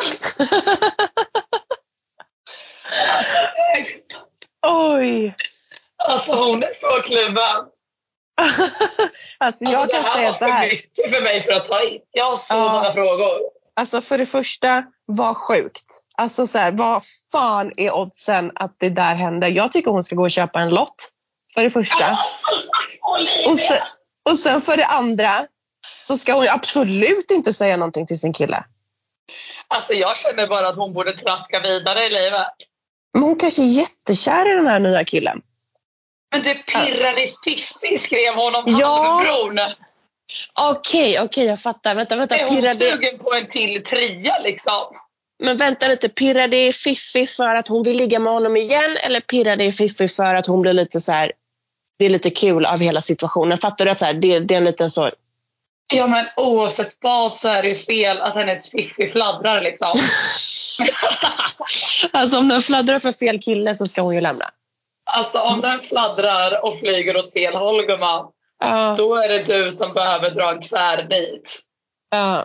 G: alltså,
F: Oj.
G: Alltså hon är så kluven.
F: alltså jag
G: alltså,
F: kan säga så här.
G: Det är för mig för att ta in. Jag har så ja. många frågor.
F: Alltså för det första, vad sjukt. Alltså så här, vad fan är oddsen att det där händer? Jag tycker hon ska gå och köpa en lott. För det första. och, sen, och sen för det andra, så ska hon absolut inte säga någonting till sin kille.
G: Alltså jag känner bara att hon borde traska vidare i livet.
F: Men hon kanske är jättekär i den här nya killen.
G: Men det pirrar i fiffi, skrev hon om
F: ja.
G: halvbron.
F: Okej, okay, okej, okay, jag fattar. Vänta, vänta.
G: Är hon
F: pirrade...
G: sugen på en till trea liksom?
F: Men vänta lite, pirrar det i fiffi för att hon vill ligga med honom igen? Eller pirrar det i fiffi för att hon blir lite så här, det är lite kul av hela situationen? Fattar du att så här, det, det är en liten så...
G: Ja men oavsett vad så är det ju fel att hennes fiffi fladdrar liksom.
F: Alltså om den fladdrar för fel kille så ska hon ju lämna.
G: Alltså om den fladdrar och flyger åt fel håll, gumman. Uh. Då är det du som behöver dra en tvärbit.
F: Uh.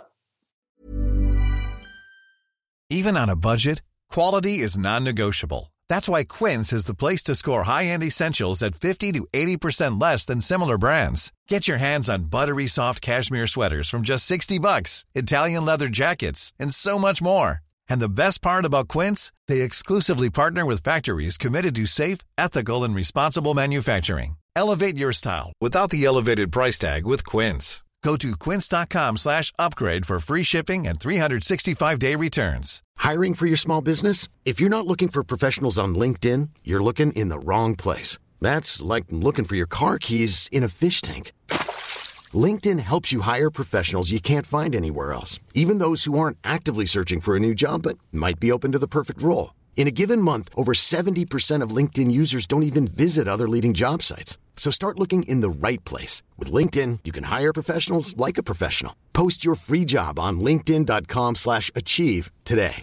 J: Even on a budget, quality is non-negotiable. That's why Quince is the place to score high-end essentials at fifty to eighty percent less than similar brands. Get your hands on buttery soft cashmere sweaters from just sixty bucks, Italian leather jackets, and so much more. And the best part about Quince, they exclusively partner with factories committed to safe, ethical, and responsible manufacturing. Elevate your style without the elevated price tag with Quince. Go to quince.com slash upgrade for free shipping and three sixty-five day returns.
B: Hiring for your small business? If you're not looking for professionals on LinkedIn, you're looking in the wrong place. That's like looking for your car keys in a fish tank. LinkedIn helps you hire professionals you can't find anywhere else, even those who aren't actively searching for a new job but might be open to the perfect role. In a given month, over seventy percent of LinkedIn users don't even visit other leading job sites. So start looking in the right place. With LinkedIn, you can hire professionals like a professional. Post your free job on linkedin.com slash achieve today.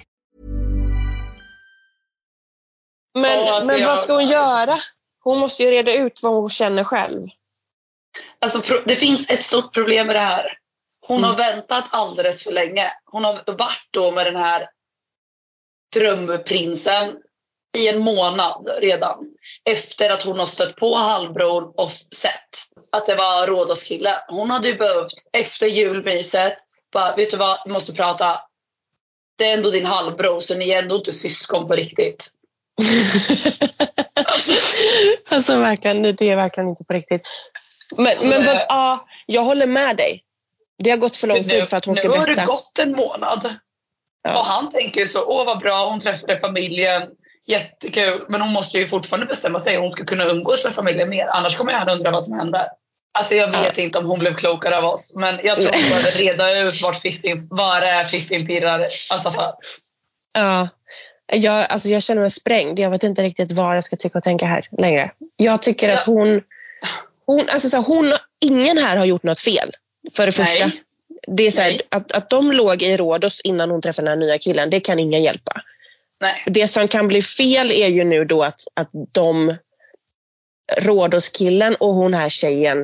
F: Men, oh, alltså men jag... vad ska hon göra? Hon måste ju reda ut vad hon känner själv.
G: Alltså det finns ett stort problem med det här. Hon mm. har väntat alldeles för länge. Hon har varit då med den här drömprinsen i en månad redan. Efter att hon har stött på halvbron och sett att det var Rhodos-kille. Hon hade ju behövt efter julmyset bara, vet du vad, vi måste prata. Det är ändå din halvbror, så ni är ändå inte syskon på riktigt.
F: alltså, alltså verkligen, det är verkligen inte på riktigt. Men, men vad, ja, jag håller med dig. Det har gått för lång tid för att hon ska berätta.
G: Nu har det gått en månad. Ja. Och han tänker så, åh vad bra, hon träffade familjen. Jättekul, men hon måste ju fortfarande bestämma sig om hon ska kunna umgås med familjen mer. Annars kommer han undra vad som händer. Alltså jag vet ja. inte om hon blev klokare av oss. Men jag tror hon behöver reda ut vart fiffin, vad det är fiffin pirrar. Alltså för.
F: Ja, jag, alltså jag känner mig sprängd. Jag vet inte riktigt vad jag ska tycka och tänka här längre. Jag tycker ja. att hon, hon, alltså så här, hon, ingen här har gjort något fel. För det första. Nej. Det är så här, att, att de låg i Rhodos innan hon träffade den här nya killen, det kan ingen hjälpa.
G: Nej.
F: Det som kan bli fel är ju nu då att, att de Rhodos-killen och hon här tjejen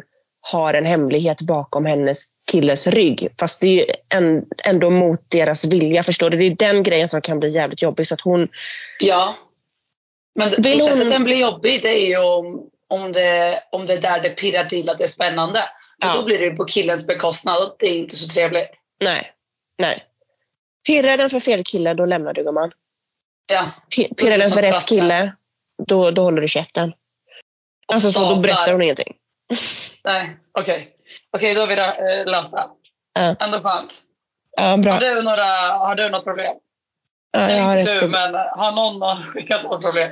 F: har en hemlighet bakom hennes killes rygg. Fast det är ju en, ändå mot deras vilja, förstår du? Det är den grejen som kan bli jävligt jobbig. Så att hon...
G: Ja. Men
F: Vill
G: sättet
F: hon...
G: den blir jobbig, det är ju om, om, det, om det är där det pirrar till att det är spännande. För
F: Ja.
G: då blir det ju på killens bekostnad. Det är inte så trevligt.
F: Nej, nej. Pirrar den för fel kille, då lämnar du, gumman.
G: Ja.
F: P- Pirrar den för rätt kille, då, då håller du käften. Alltså så, då berättar hon ingenting.
G: Nej, okej. Okay. Okej, okay, då har vi äh, löst det.
F: Ja.
G: Ändå skönt.
F: Ja, bra.
G: Har du, några, har du något problem?
F: Ja, jag har
G: inte
F: ett
G: du,
F: problem.
G: men har någon skickat något problem?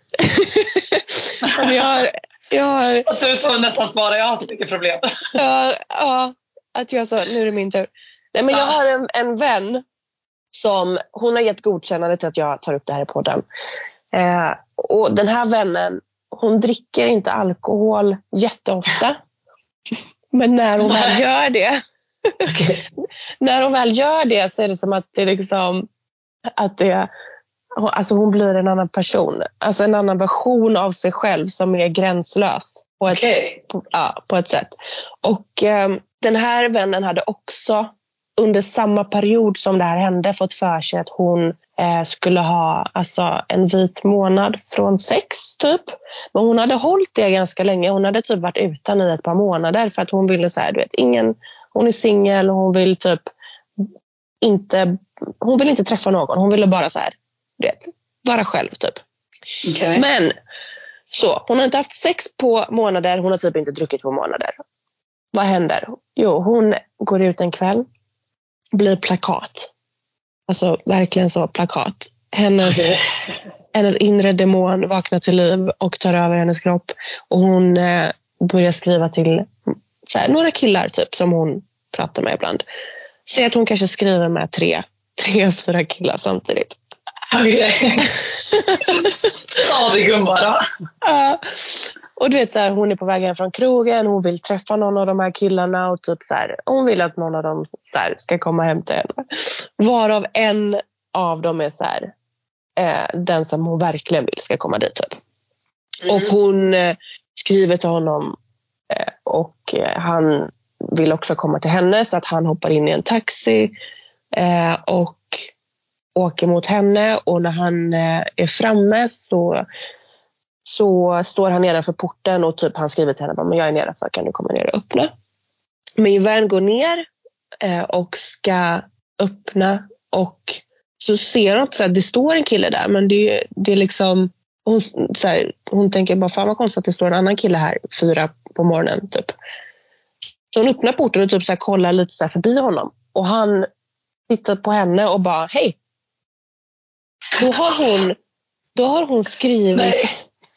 F: jag har... Jag har...
G: Och du får nästan svara, jag har så mycket problem.
F: ja, ja, att jag sa, nu är det min tur. Nej, men jag har en, en vän som, hon har gett godkännande till att jag tar upp det här i podden. Eh, och den här vännen, hon dricker inte alkohol jätteofta. Men när hon väl gör det,
G: okay.
F: när hon väl gör det så är det som att det liksom, att det, alltså hon blir en annan person. Alltså en annan version av sig själv som är gränslös på ett,
G: okay.
F: på, ja, på ett sätt. Och eh, den här vännen hade också under samma period som det här hände fått för sig att hon eh, skulle ha alltså, en vit månad från sex typ. Men hon hade hållit det ganska länge. Hon hade typ varit utan i ett par månader för att hon ville så här, du vet, ingen, hon är singel och hon vill typ inte, hon vill inte träffa någon. Hon ville bara så här, du vet, vara själv typ.
G: Okay.
F: Men så, hon har inte haft sex på månader, hon har typ inte druckit på månader. Vad händer? Jo, hon går ut en kväll, blir plakat. Alltså verkligen så plakat. Hennes, okay. hennes inre demon vaknar till liv och tar över hennes kropp. Och hon eh, börjar skriva till så här, några killar typ som hon pratar med ibland. Säg att hon kanske skriver med tre, tre fyra killar samtidigt.
G: Okej. Ja, det gumma då.
F: Ja. Och du vet så här, hon är på väg hem från krogen, hon vill träffa någon av de här killarna och typ så här, hon vill att någon av dem så här, ska komma hem till henne. Varav en av dem är så här, eh, den som hon verkligen vill ska komma dit typ. Mm. Och hon eh, skriver till honom eh, och eh, han vill också komma till henne så att han hoppar in i en taxi eh, och åker mot henne, och när han eh, är framme så så står han nedanför porten och typ han skriver till henne, men jag är nedanför, kan du komma ner och öppna? Min vän går ner eh, och ska öppna, och så ser hon så att det står en kille där, men det, det är liksom hon, så här, hon tänker bara, fan vad konstigt att det står en annan kille här fyra på morgonen typ. Så hon öppnar porten och typ så här, kollar lite så här förbi honom, och han tittar på henne och bara, hej. Då har hon då har hon skrivit Nej.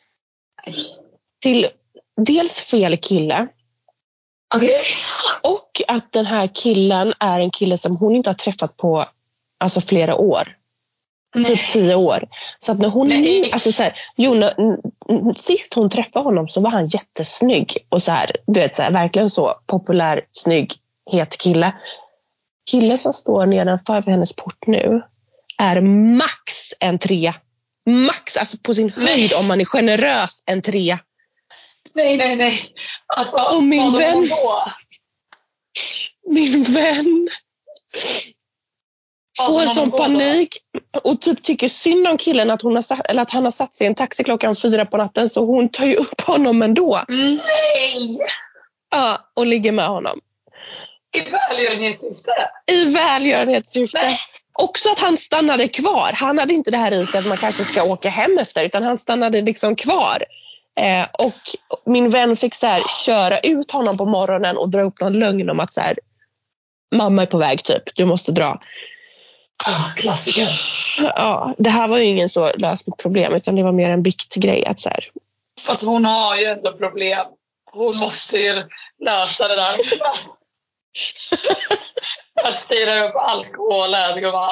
F: till dels fel kille.
G: Okay.
F: Och att den här killen är en kille som hon inte har träffat på alltså flera år. Nej. Typ tio år. Så att när hon
G: Nej.
F: alltså så här, jo, när, sist hon träffade honom så var han jättesnygg och så här, du vet så här, verkligen så populär, snygg, het kille. Killen som står nedanför hennes port nu är max en trea. Max, alltså på sin höjd, om man är generös, en trea.
G: Nej, nej, nej. Alltså,
F: och min vän, min vän får en sån panik och typ tycker synd om killen att, hon har satt, eller att han har satt sig i en taxi klockan fyra på natten, så hon tar ju upp honom ändå.
G: Nej!
F: Ja, och ligger med honom.
G: I välgörenhetssyfte?
F: I välgörenhetssyfte. Nej. Också att han stannade kvar. Han hade inte det här i sig att man kanske ska åka hem efter, utan han stannade liksom kvar. Eh, och min vän fick så här, köra ut honom på morgonen och dra upp någon lögn om att så här, mamma är på väg typ, du måste dra.
G: Oh, klassiker.
F: Ja, det här var ju ingen så lösligt problem, utan det var mer en biktgrej att så här.
G: Fast hon har ju ändå problem. Hon måste ju lösa det där. Jag styrar upp alkoholen. Ja,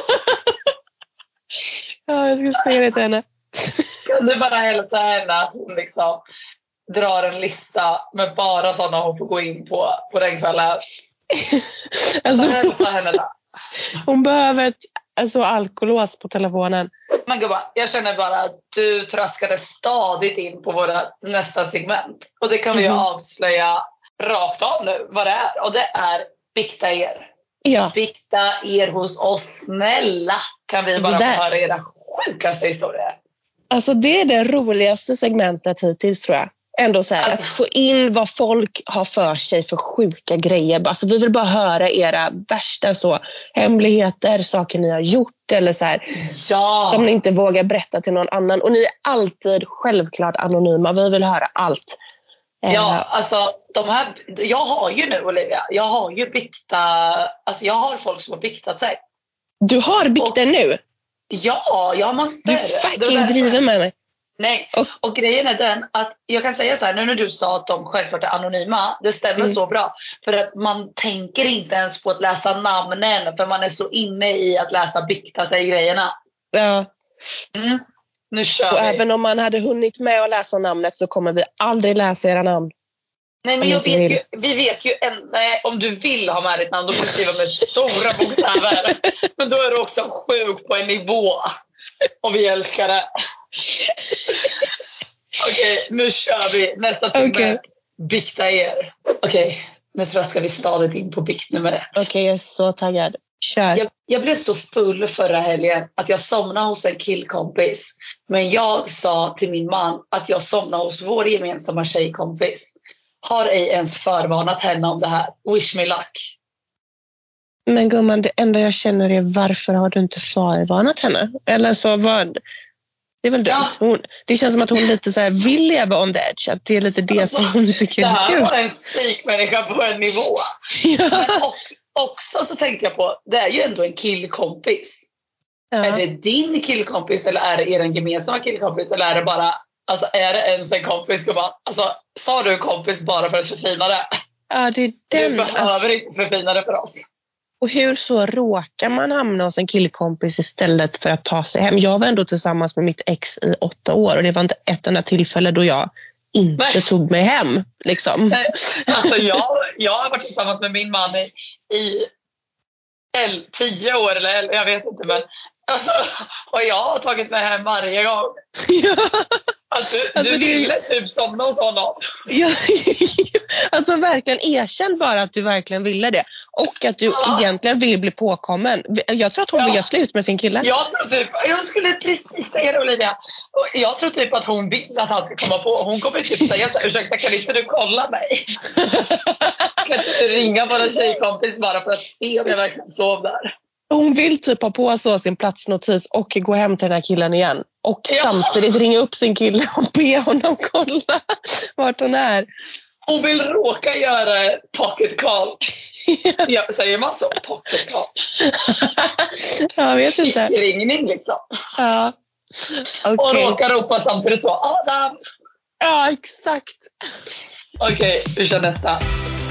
F: jag ska säga det till henne.
G: Kan du bara hälsa henne att hon liksom drar en lista med bara sådana hon får gå in på på den kvällen? Alltså, hälsa henne där.
F: Hon behöver ett alltså, alkolås på telefonen.
G: Men gubba, jag känner bara att du traskade stadigt in på våra nästa segment. Och det kan vi ju mm. avslöja rakt av nu vad det är. Och det är bikta er.
F: Ja.
G: Bikta er hos oss. Snälla kan vi bara få höra era sjukaste historier.
F: Alltså det är det roligaste segmentet hittills tror jag. Ändå så här, alltså, att få in vad folk har för sig för sjuka grejer. Alltså vi vill bara höra era värsta så hemligheter, saker ni har gjort eller så här,
G: ja.
F: som ni inte vågar berätta till någon annan. Och ni är alltid självklart anonyma. Vi vill höra allt.
G: Ja, alltså de här, jag har ju nu Olivia, jag har ju bikta, alltså jag har folk som har biktat sig.
F: Du har biktat nu?
G: Ja, jag har massor.
F: Du fucking driver med mig.
G: Nej, och, och grejen är den att jag kan säga så här, nu när du sa att de självklart är anonyma, det stämmer mm. så bra. För att man tänker inte ens på att läsa namnen, för man är så inne i att läsa bikta sig grejerna.
F: Ja.
G: Mm. Nu kör
F: och
G: vi.
F: Även om man hade hunnit med att läsa namnet så kommer vi aldrig läsa era namn.
G: Nej, men jag vet ju, vi vet ju en, nej, om du vill ha med ditt namn då får du skriva med stora bokstäver. Men då är du också sjuk på en nivå. Och vi älskar det. Okej, okay, nu kör vi nästa segment. Okay. Bikta er. Okej, okay, nu traskar vi stadigt in på bikt nummer ett.
F: Okej, okay, jag är så taggad. Kör.
G: Jag, jag blev så full förra helgen att jag somnade hos en killkompis. Men jag sa till min man att jag somnade hos vår gemensamma tjejkompis. Har ej ens förvarnat henne om det här. Wish me luck.
F: Men gumman, det enda jag känner är varför har du inte förvarnat henne? Eller så vad... Det är väl dumt. Ja. Hon, det känns som att hon lite så här vill leva on the edge. Att det är lite det alltså, som hon tycker är kul.
G: Det här var en psykmänniska på en nivå. Ja. Men och, också så tänkte jag på, det är ju ändå en killkompis. Ja. Är det din killkompis eller är det er en gemensamma killkompis? Eller är det bara, alltså är det ens en kompis? Alltså, sa du kompis bara för att förfina det?
F: Ja, det är den.
G: Du behöver alltså inte förfina det för oss.
F: Och hur så råkar man hamna hos en killkompis istället för att ta sig hem? Jag var ändå tillsammans med mitt ex i åtta år. Och det var inte ett enda tillfälle då jag inte Nej. tog mig hem. Liksom.
G: Nej. Alltså jag, jag har varit tillsammans med min man i, i el, tio år. Eller jag vet inte. Men alltså, och jag har tagit mig hem varje gång. Ja. Alltså, alltså, du ville det... typ somna hos honom.
F: Ja, alltså verkligen erkänn bara att du verkligen ville det. Och att du ja. egentligen vill bli påkommen. Jag tror att hon ja. vill göra slut med sin kille.
G: Jag tror typ, jag skulle precis säga det Olivia. Jag tror typ att hon vill att han ska komma på. Hon kommer typ säga så här, ursäkta kan inte du kolla mig? Kan inte du ringa våra tjejkompis bara för att se om jag verkligen sov där?
F: Hon vill typ ha på så sin platsnotis och gå hem till den här killen igen. Och ja. samtidigt ringa upp sin kille och be honom kolla vart hon är.
G: Hon vill råka göra pocket call. Ja. Ja, säger man så? Pocket call.
F: Jag vet inte.
G: Ringning liksom.
F: Ja. Okay.
G: Och råka ropa samtidigt så. Adam!
F: Ja, exakt.
G: Okej, okay, vi kör nästa.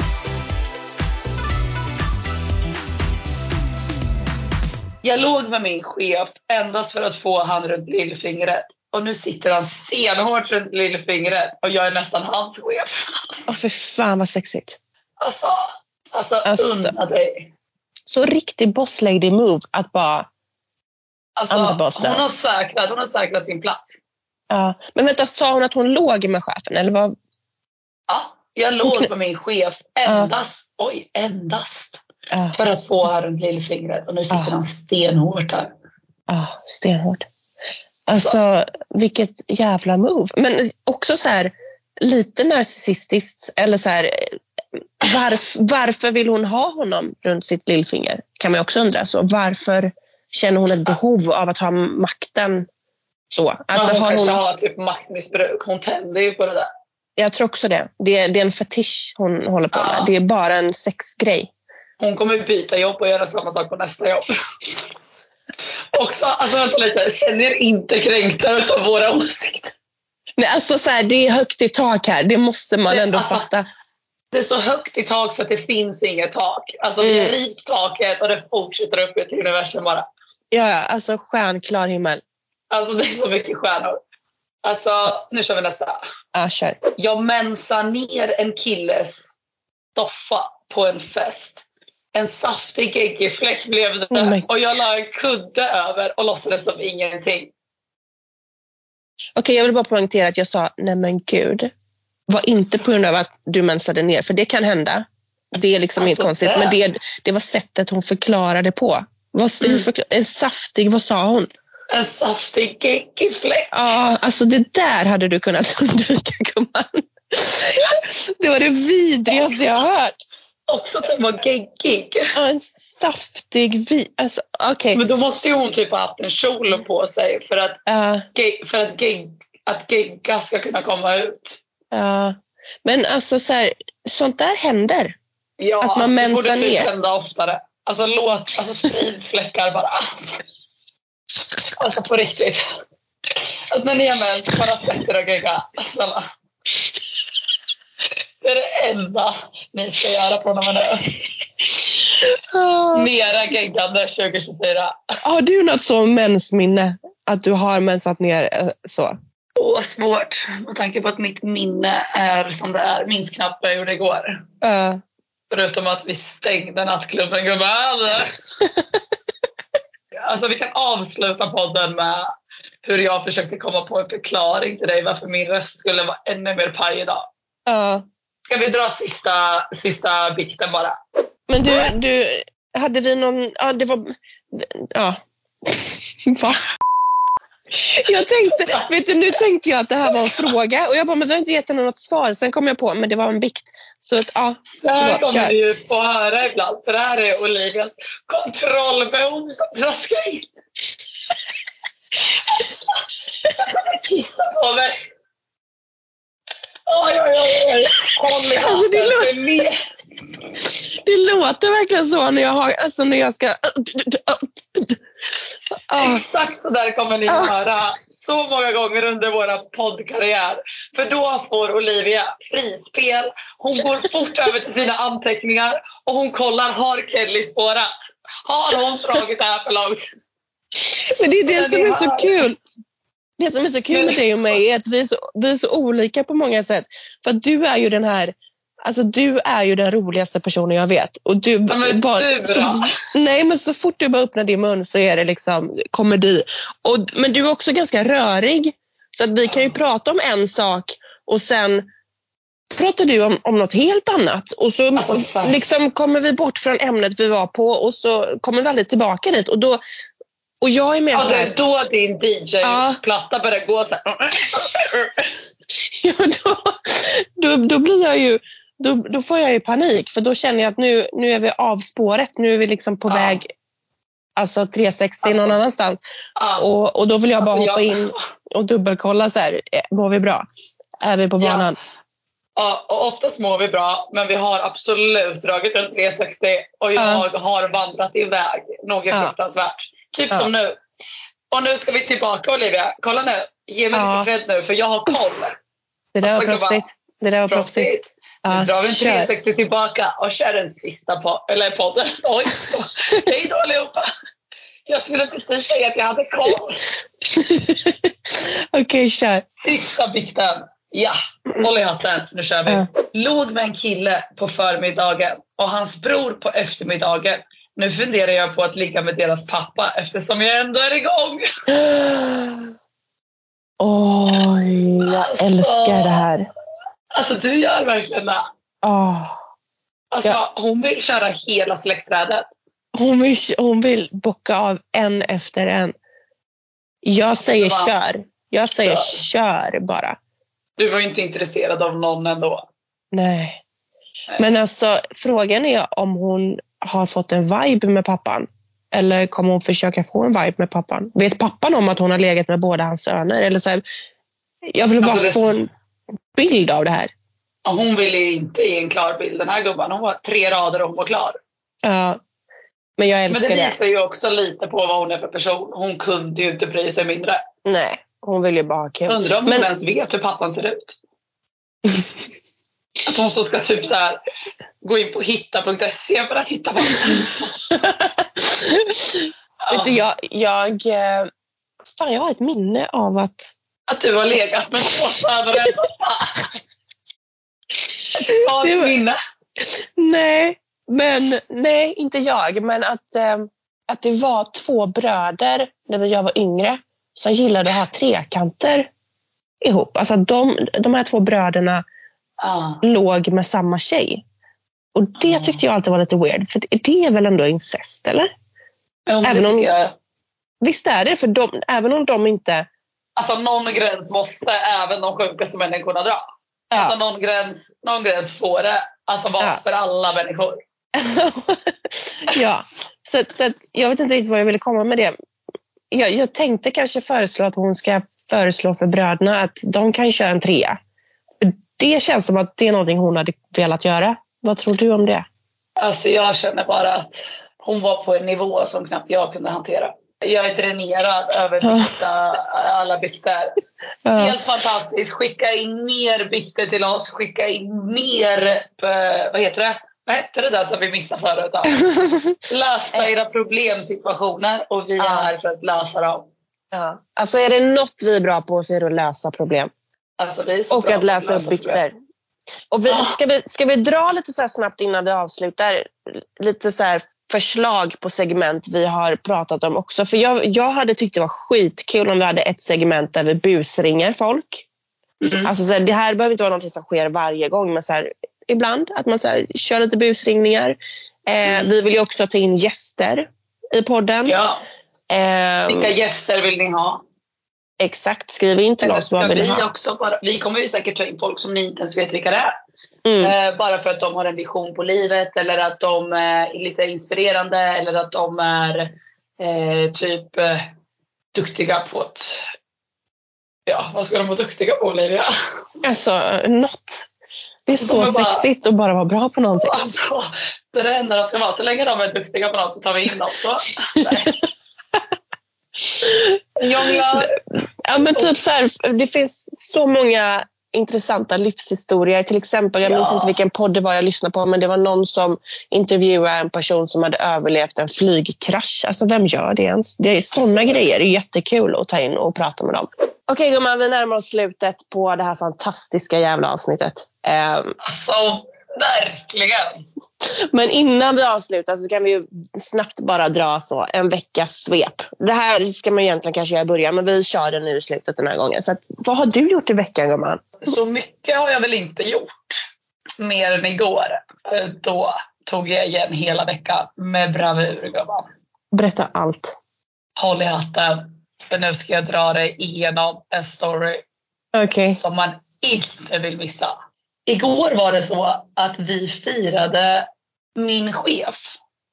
G: Jag låg med min chef endast för att få han runt lillfingret. Och nu sitter han stenhårt runt lillfingret. Och jag är nästan hans chef.
F: Åh, för fan vad sexigt.
G: Alltså, alltså, alltså unna dig.
F: Så riktig boss lady move att bara...
G: Alltså, hon har, säkrat, hon har säkrat sin plats.
F: Ja, men vänta, sa hon att hon låg med chefen? Eller vad?
G: Ja, jag låg okay. med min chef endast. Ja. Oj, endast. Uh, för att få här runt lillfingret. Och nu sitter uh, han stenhårt där.
F: Ja, uh, stenhårt. Alltså, så. Vilket jävla move. Men också så här, lite narcissistiskt. Eller så här, varf, varför vill hon ha honom runt sitt lillfinger? Kan man också undra. Så varför känner hon ett behov av att ha makten så? Alltså,
G: ja, hon
F: har
G: kanske
F: hon...
G: har typ maktmissbruk. Hon tänder ju på det där.
F: Jag tror också det. Det är, det är en fetisch hon håller på med. Ja. Det är bara en sexgrej.
G: Hon kommer byta jobb och göra samma sak på nästa jobb. Också, alltså vänta lite, känner er inte kränkta av våra åsikter.
F: Nej, alltså så här, det är högt i tak här, det måste man det, ändå
G: alltså,
F: fatta.
G: Det är så högt i tak så att det finns inget tak. Alltså mm. vi har rivt taket och det fortsätter upp till universum bara.
F: Ja, alltså stjärnklar himmel.
G: Alltså det är så mycket stjärnor. Alltså, nu kör vi nästa.
F: Ja, kör.
G: Jag mensar ner en killes stoffa på en fest. En saftig äggefläck blev det. Oh och jag la en kudde över och låtsades som ingenting.
F: Okej, okay, jag vill bara poängtera att jag sa, nej men gud. var inte på grund av att du mensade ner. För det kan hända. Det är liksom
G: alltså,
F: inte konstigt.
G: Det.
F: Men det, det var sättet hon förklarade på. Vad, mm. förklar, en saftig, vad sa hon?
G: En saftig geggig fläck.
F: Ja, alltså det där hade du kunnat undvika, gumman. Det var det vidrigaste jag har hört.
G: Också att den var geggig.
F: Ja, en saftig vi... Alltså, okay.
G: Men då måste ju hon typ ha haft en kjol på sig för att,
F: uh.
G: ge, för att, gegg, att gegga ska kunna komma ut.
F: Ja, uh. Men alltså så här, sånt där händer.
G: Ja,
F: att man
G: alltså, det borde
F: ner.
G: typ hända oftare. Alltså låt, alltså spridfläckar bara. Alltså, alltså på riktigt. Att när ni är mens bara sätter och gegga. Snälla. Det är det enda ni ska göra från och med nu. Mera geggande tjugo tjugofyra.
F: Har du något så mensminne? Att du har mensat ner så?
G: Åh, svårt. Med tanke på att mitt minne är som det är. Minns knappt vad jag gjorde igår.
F: Uh.
G: Förutom att vi stängde nattklubben, gubben. Alltså vi kan avsluta podden med hur jag försökte komma på en förklaring till dig varför min röst skulle vara ännu mer paj idag.
F: Ja.
G: Ska vi dra sista, sista bikten bara?
F: Men du, du hade vi någon... Ja, det var... Ja. Va? Jag tänkte, vet du, nu tänkte jag att det här var en fråga. Och jag bara, men du har inte gett henne något svar. Sen kom jag på, men det var en bikt. Så att, ja.
G: Det här kommer vi ju få höra ibland. För det här är Olivias kontrollbehov som traskar in. Jag kommer kissa på mig. Oj, oj, oj. Håll i hatten.
F: Alltså, det, lå- det låter verkligen så när jag har, alltså när jag ska...
G: Ah. Exakt så där kommer ni att höra så många gånger under våra poddkarriär. För då får Olivia frispel. Hon går fort över till sina anteckningar och hon kollar, har Kelly spårat? Har hon dragit det här för långt?
F: Men det är det som är så kul. Det som är så kul med dig och mig är att vi är, så, vi är så olika på många sätt. För att du är ju den här... Alltså du är ju den roligaste personen jag vet. Och du,
G: ja, men
F: bara,
G: du
F: så, nej, men så fort du bara öppnar din mun så är det liksom komedi. Och, men du är också ganska rörig. Så att vi kan ju prata om en sak och sen pratar du om, om något helt annat. Och så
G: alltså,
F: liksom kommer vi bort från ämnet vi var på och så kommer vi aldrig tillbaka dit. Och då... Och jag är mer
G: ja,
F: så här,
G: det är då din D J-platta ja. börjar gå så här.
F: Ja, då, då, då blir jag ju... Då, då får jag ju panik. För då känner jag att nu, nu är vi av spåret. Nu är vi liksom på ja. väg alltså trehundrasextio alltså, någon annanstans. Ja. Och, och då vill jag bara alltså, hoppa jag... in och dubbelkolla så här. Mår vi bra? Är vi på banan?
G: Ja, ja och oftast mår vi bra. Men vi har absolut dragit en trehundrasextio. Och jag ja. har vandrat iväg. Något ja. fruktansvärt. Typ ja. som nu. Och nu ska vi tillbaka, Olivia. Kolla nu. Ge mig ja. lite cred nu. För jag har koll.
F: Det där alltså, var proffsigt. Det där var proffsigt.
G: Nu drar vi en trehundrasextio tillbaka och kör den sista på, eller podden. Oj, hej då allihopa. Jag skulle precis säga att jag hade koll.
F: Okej, okay, kör.
G: Sista bikten. Ja, håll i hatten. Nu kör vi. Uh. Låg med en kille på förmiddagen och hans bror på eftermiddagen. Nu funderar jag på att ligga med deras pappa eftersom jag ändå är igång.
F: Oj, jag alltså, älskar det här.
G: Alltså du gör verkligen det.
F: Oh,
G: alltså ja. Hon vill köra hela släktträdet.
F: Hon vill, hon vill bocka av en efter en. Jag säger bara, kör. Jag säger kör. kör bara.
G: Du var ju inte intresserad av någon ändå.
F: Nej. Nej. Men alltså frågan är om hon har fått en vibe med pappan. Eller kommer hon försöka få en vibe med pappan? Vet pappan om att hon har legat med båda hans söner? Eller så här, jag vill bara alltså det... få en bild av det här.
G: Ja, hon ville ju inte ge en klar bild. Den här gubban, hon var tre rader och hon var klar.
F: Ja, men jag älskar det.
G: Men det visar det. ju också lite på vad hon är för person. Hon kunde ju inte bry sig mindre.
F: Nej, hon vill ju bara ha kul.
G: Undrar om men... hon ens vet hur pappan ser ut. Att hon så ska typ så här gå in på hitta punkt se för att hitta pappan.
F: Vet du, jag, jag, fan, jag har ett minne av att
G: att du har legat med två söner och en pappa. Har ett minne?
F: Nej, men nej, inte jag. Men att, eh, att det var två bröder när jag var yngre som gillade att ha trekanter ihop. Alltså de, de här två bröderna ah. låg med samma tjej. Och det ah. tyckte jag alltid var lite weird. För det är väl ändå incest, eller?
G: Ja, även om, jag...
F: Visst är det, för de, även om de inte...
G: Alltså någon gräns måste även de sjukaste människorna dra. Ja. Alltså någon gräns, någon gräns får det. Alltså vara ja. för alla människor.
F: Ja, så, så att, jag vet inte riktigt vad jag ville komma med det. Jag, jag tänkte kanske föreslå att hon ska föreslå för bröderna att de kan köra en trea. Det känns som att det är någonting hon hade velat göra. Vad tror du om det?
G: Alltså jag känner bara att hon var på en nivå som knappt jag kunde hantera. Jag är dränerad över bikta, alla bikter. Ja. Helt fantastiskt. Skicka in mer bikter till oss. Skicka in mer, vad heter det? Vad heter det där som vi missade förut? Lösa era problemsituationer och vi är här för att lösa dem.
F: Ja. Alltså är det något vi är bra på så är det att lösa problem.
G: Alltså, vi är så
F: och
G: bra
F: att läsa upp bikter. Och vi, ska, vi, ska vi dra lite så här snabbt innan vi avslutar lite så här förslag på segment vi har pratat om också. För jag, jag hade tyckt det var skitkul om vi hade ett segment där vi busringer folk. Mm. Alltså så här, det här behöver inte vara något som sker varje gång, men så här, ibland att man så här, kör lite busringningar. Eh, mm. Vi vill ju också ta in gäster i podden.
G: Ja. Eh, Vilka gäster vill ni ha?
F: Exakt, skriv in till oss vad vi ha.
G: Också bara, vi kommer ju säkert ta in folk som ni inte ens vet vilka det är. Mm. Eh, bara för att de har en vision på livet, eller att de eh, är lite inspirerande, eller att de är eh, typ eh, duktiga på ett... Ja, vad ska de vara duktiga på, Olivia?
F: Alltså, något. Det är så de är sexigt bara, att bara vara bra på någonting.
G: Alltså, det är det enda de ska vara. Så länge de är duktiga på något så tar vi in dem. Så. Nej.
F: Ja, ja, men typ så här, det finns så många intressanta livshistorier. Till exempel, jag minns ja. inte vilken podd det var jag lyssnade på, men det var någon som intervjuade en person som hade överlevt en flygkrasch. Alltså vem gör det ens? Det är sådana grejer, det är jättekul att ta in och prata med dem. Okej gumman, vi närmar oss slutet på det här fantastiska jävla avsnittet. um,
G: Alltså, verkligen.
F: Men innan vi avslutar så kan vi ju snabbt bara dra så en veckas svep. Det här ska man egentligen kanske göra i början, men vi kör det nu i slutet den här gången. Så att, vad har du gjort i veckan, gumman?
G: Så mycket har jag väl inte gjort. Mer än igår. Då tog jag igen hela veckan med bravur, gumman.
F: Berätta allt.
G: Håll i hatten. För nu ska jag dra dig igenom en story
F: okay.
G: som man inte vill missa. Igår var det så att vi firade min chef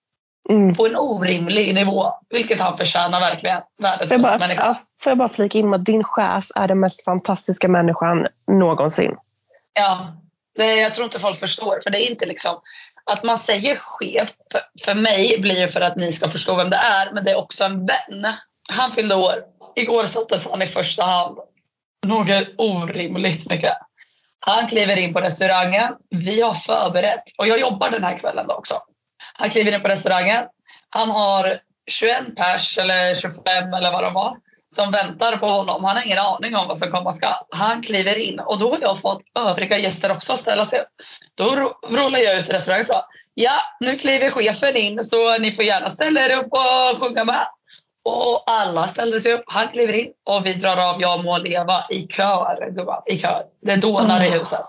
G: mm. på en orimlig nivå. Vilket han förtjänar verkligen. Världens
F: får, jag bara,
G: människa.
F: får jag bara flika in med att din chef är den mest fantastiska människan någonsin?
G: Ja, det, jag tror inte folk förstår. För det är inte liksom att man säger chef. För, för mig blir det för att ni ska förstå vem det är. Men det är också en vän. Han fyllde år. Igår sattes han i första hand. Något orimligt mycket. Han kliver in på restaurangen. Vi har förberett. Och jag jobbar den här kvällen då också. Han kliver in på restaurangen. Han har tjugoen pers eller tjugofem eller vad de var. Som väntar på honom. Han har ingen aning om vad som komma ska. Han kliver in. Och då har jag fått övriga gäster också ställa sig upp. Då rullar jag ut i restaurangen och sa. Ja, nu kliver chefen in. Så ni får gärna ställa er upp och sjunga med. Och alla ställde sig upp. Han kliver in och vi drar av Jag må leva i kör, gubbar, i kör. Det dånar mm. i huset.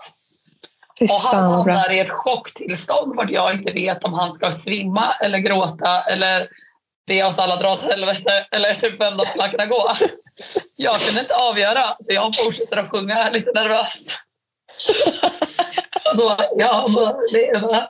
F: Fy
G: och han hamnar
F: bra.
G: i ett chocktillstånd vart jag inte vet om han ska svimma eller gråta eller be oss alla dra till helvete eller typ vända på klackarna gå. Jag kunde inte avgöra, så jag fortsätter att sjunga lite nervöst. Så jag må leva.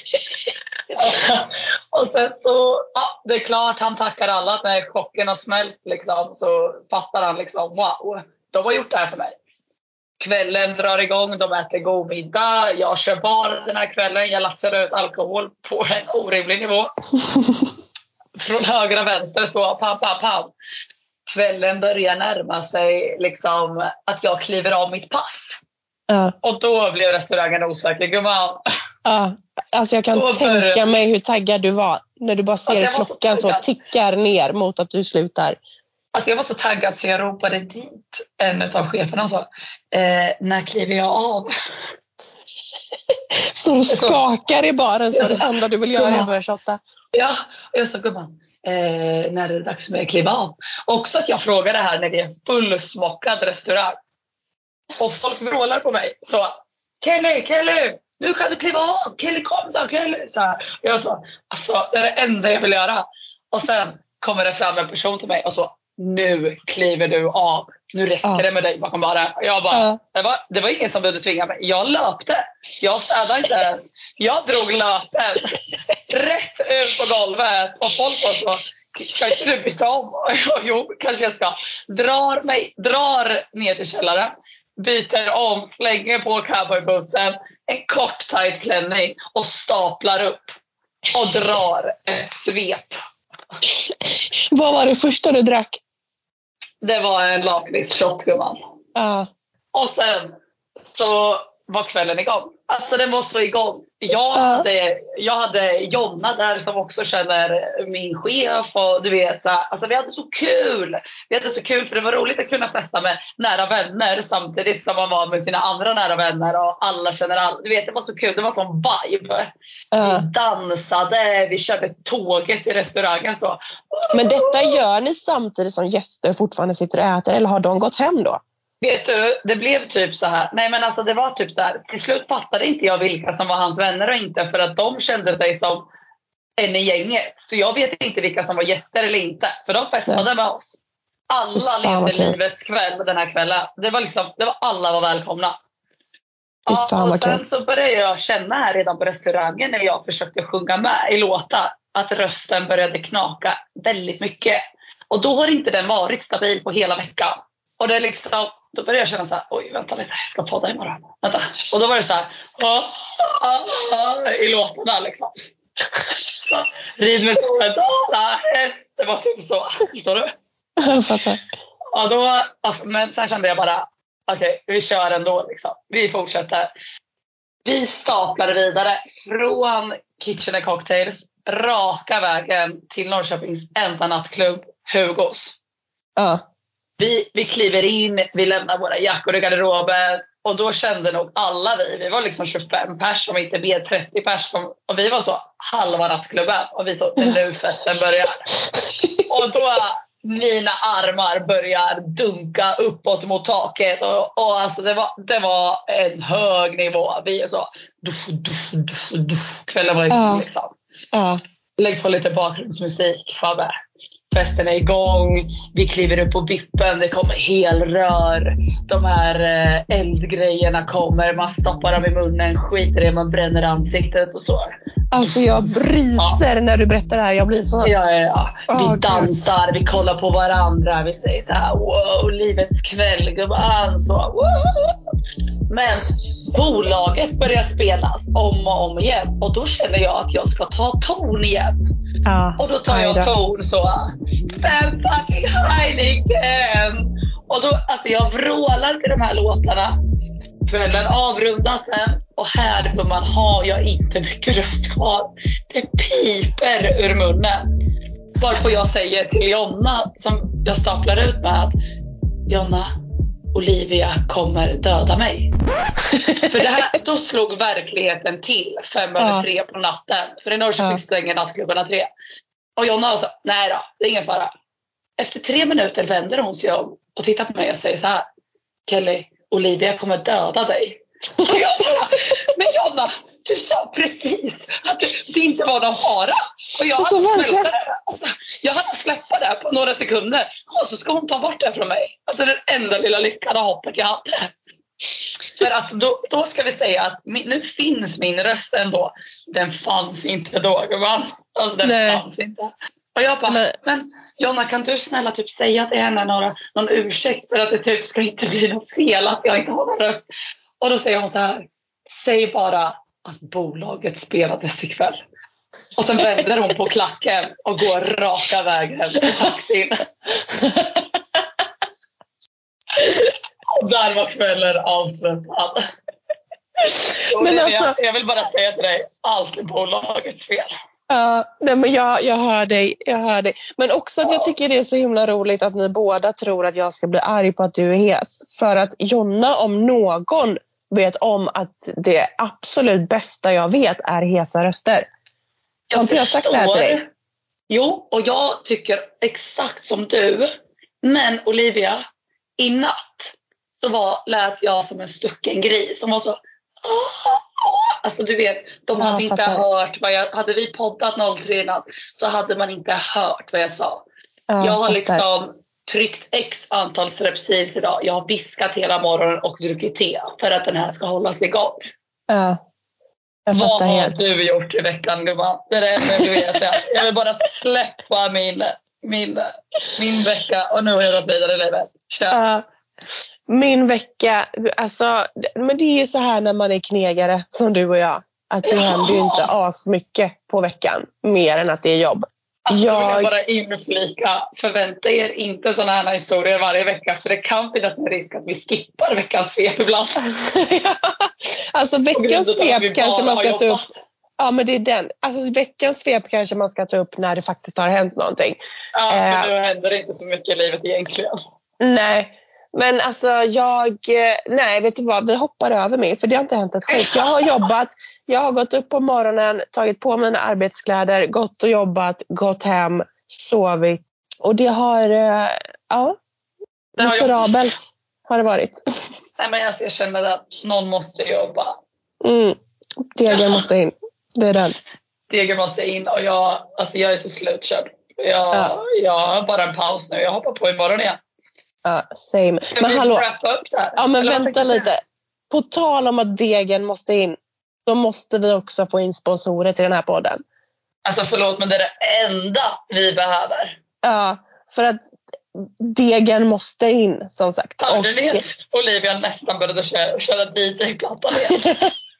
G: Och sen så, ja, det är klart han tackar alla när chocken har smält liksom, så fattar han liksom, wow, de har gjort det här för mig. Kvällen drar igång, de äter god middag, jag kör bar den här kvällen, jag latsar ut alkohol på en orimlig nivå. Från höger och vänster så, pam, pam, pam. Kvällen börjar närma sig liksom att jag kliver av mitt pass.
F: Uh.
G: Och då blev restaurangen osäker, gumman.
F: Ja, alltså jag kan tänka mig hur taggad du var när du bara ser alltså klockan så, så tickar ner mot att du slutar.
G: Alltså jag var så taggad så jag ropade dit en av cheferna och sa, eh, när kliver jag av?
F: Så skakar i baren så det enda du vill göra är att börja shotta.
G: Ja, och jag sa, gumman, eh, när är det dags för att kliva av? Också att jag frågar det här när det är fullsmockad restaurang. Och folk vrålar på mig. Så Kelly, Kelly, nu kan du kliva av. Kelly, kom då, Kelly. Så här. Jag sa, alltså det är det enda jag vill göra. Och sen kommer det fram en person till mig och så, nu kliver du av. Nu räcker uh. det med dig bakom bara. Jag bara, uh. det, var, det var ingen som behövde tvinga mig. Jag löpte. Jag städade inte ens. Jag drog löpen rätt ut på golvet. Och folk var så, ska inte du byta om? Jo, kanske jag ska. Drar mig, drar ner till källaren. Byter om, slänger på cowboybootsen, en kort tight klänning och staplar upp. Och drar ett svep.
F: Vad var det första du drack?
G: Det var en lakritsshot, gumman.
F: Uh.
G: Och sen så var kvällen igång. Alltså den var så igång. Jag hade, jag hade Jonna där som också känner min chef. Och du vet, så här, alltså vi hade så kul. Vi hade så kul för det var roligt att kunna festa med nära vänner samtidigt som man var med sina andra nära vänner. Och alla känner alla. Du vet, det var så kul. Det var sån vibe. Uh. Vi dansade, vi körde tåget i restaurangen. Så.
F: Men detta gör ni samtidigt som gäster fortfarande sitter och äter? Eller har de gått hem då?
G: Vet du, det blev typ så här. Nej men alltså det var typ så här. Till slut fattade inte jag vilka som var hans vänner och inte. För att de kände sig som en i gänget. Så jag vet inte vilka som var gäster eller inte. För de festade med oss. Alla levde livets kväll den här kvällen. Det var liksom, det var alla var välkomna. Ja, och sen så började jag känna här redan på restaurangen när jag försökte sjunga med i låtar. Att rösten började knaka väldigt mycket. Och då har inte den varit stabil på hela veckan. Och det är liksom, då började jag känna så här, oj vänta lite, jag ska podda imorgon. Vänta. Och då var det så här, ah, ah, ah, i låtarna liksom. Så, rid med som en dala häst. Det var typ så, förstår du?
F: Jag fattar.
G: Och då, men sen kände jag bara, okej, okay, vi kör ändå liksom. Vi fortsätter. Vi staplar vidare från Kitchen and Cocktails raka vägen till Norrköpings enda nattklubb, Hugos.
F: Ja.
G: Vi, vi kliver in, vi lämnar våra jackor i garderoben. Och då kände nog alla vi, vi var liksom tjugofem pers, om inte mer trettio pers som, och vi var så halva nattklubben. Och vi så, nu festen börjar. Och då mina armar börjar dunka uppåt mot taket. Och, och alltså det var, det var en hög nivå. Vi är så, duff, duff, duff, duff. Kvällen var igång uh. liksom.
F: Uh.
G: Lägg på lite bakgrundsmusik, Fabbe. Festen är igång, vi kliver upp på vippen, det kommer helrör. De här eh, eldgrejerna kommer, man stoppar dem i munnen, skiter i, man bränner ansiktet och så.
F: Alltså jag bryser ja. När du berättar det här, jag blir så.
G: Ja, ja, ja. Vi oh, dansar, God. Vi kollar på varandra, vi säger så här, wow, livets kväll, gumman, så wow. Men bolaget börjar spelas om och om igen. Och då känner jag att jag ska ta ton igen.
F: Ja,
G: och då tar jag ton så, fem fucking Heineken. Och då, alltså jag vrålar till de här låtarna. Kvällen avrundas sen. Och här man har jag inte mycket röst kvar. Det piper ur munnen. Varpå jag säger till Jonna, som jag staplar ut med, Jonna, Olivia kommer döda mig. För det här, då slog verkligheten till fem ja. över tre på natten. För i Norrköping ja. stänger nattklubbarna tre. Och Jonna sa, nej då, det är ingen fara. Efter tre minuter vänder hon sig om och tittar på mig och säger så här, Kelly, Olivia kommer döda dig. Och jag bara, men Jonna, du sa precis att det inte var någon fara. Och jag hade smälta det. Alltså, jag hade släppa det på några sekunder. Och så ska hon ta bort det från mig. Alltså den enda lilla lyckade hoppet jag hade. För alltså, då, då ska vi säga att min, nu finns min röst ändå. Den fanns inte då, gumman. Alltså den Nej. fanns inte. Och jag bara, men, men Jonna, kan du snälla typ säga till henne några, någon ursäkt för att det typ ska inte bli något fel att jag inte har någon röst. Och då säger hon så här, säg bara att bolaget spelades ikväll. Och sen vänder hon på klacken och går raka vägen till taxin. Och där var kvällen avslutad. Men alltså, jag, jag vill bara säga till dig, allt är bolagets fel.
F: Ja, nej men jag, jag hör dig, jag hör dig. Men också att jag tycker det är så himla roligt att ni båda tror att jag ska bli arg på att du är hes. För att Jonna om någon vet om att det absolut bästa jag vet är hesa röster.
G: Jag har inte jag sagt det här till dig? Jo, och jag tycker exakt som du. Men Olivia, i natt så var, lät jag som en stucken gris som var så, Alltså du vet, de hade ja, inte hört vad jag, hade vi poddat noll tre natt så hade man inte hört vad jag sa. Ja, jag har fattar. liksom tryckt x antal strepsils idag. Jag har viskat hela morgonen och druckit te för att den här ska hållas igång.
F: Ja.
G: Vad har helt. du gjort i veckan, gumman? Det är det enda du vet. Jag. jag vill bara släppa min, min, min vecka och nu är jag vidare i livet.
F: Uh, min vecka, alltså, men det är så här när man är knegare som du och jag. Att det ja. händer ju inte as mycket på veckan, mer än att det är jobb.
G: Alltså, jag vill bara inflika, förvänta er inte sådana här historier varje vecka, för det kan finnas en risk att vi skippar veckans svep ibland.
F: Ja. Alltså veckans svep kanske man ska ta upp. Ja, men det är den. Alltså veckans svep kanske man ska ta upp när det faktiskt har hänt någonting.
G: Ja, för eh, nu händer det inte så mycket i livet egentligen.
F: Nej, men alltså jag, nej vet du vad, vi hoppar över mig, för det har inte hänt ett skit. Jag har jobbat. Jag har gått upp på morgonen, tagit på mina arbetskläder, gått och jobbat, gått hem, sovit. Och det har, ja, miserabelt har det varit.
G: Nej, men jag känner att någon måste jobba.
F: Mm, degen måste in. Det är den.
G: Degen måste in och jag, alltså jag är så slutkörd. Jag, ja. jag har bara en paus nu, jag hoppar på imorgon igen.
F: Ja, same.
G: Ska men vi
F: hallå.
G: wrappa upp där?
F: Ja, men Eller vänta lite. På tal om att degen måste in. Då måste vi också få in sponsorer till den här podden.
G: Alltså förlåt, men det är det enda vi behöver.
F: Ja, för att degen måste in, som sagt.
G: Har du vet, Olivia nästan började köra, köra D J-plattan igen.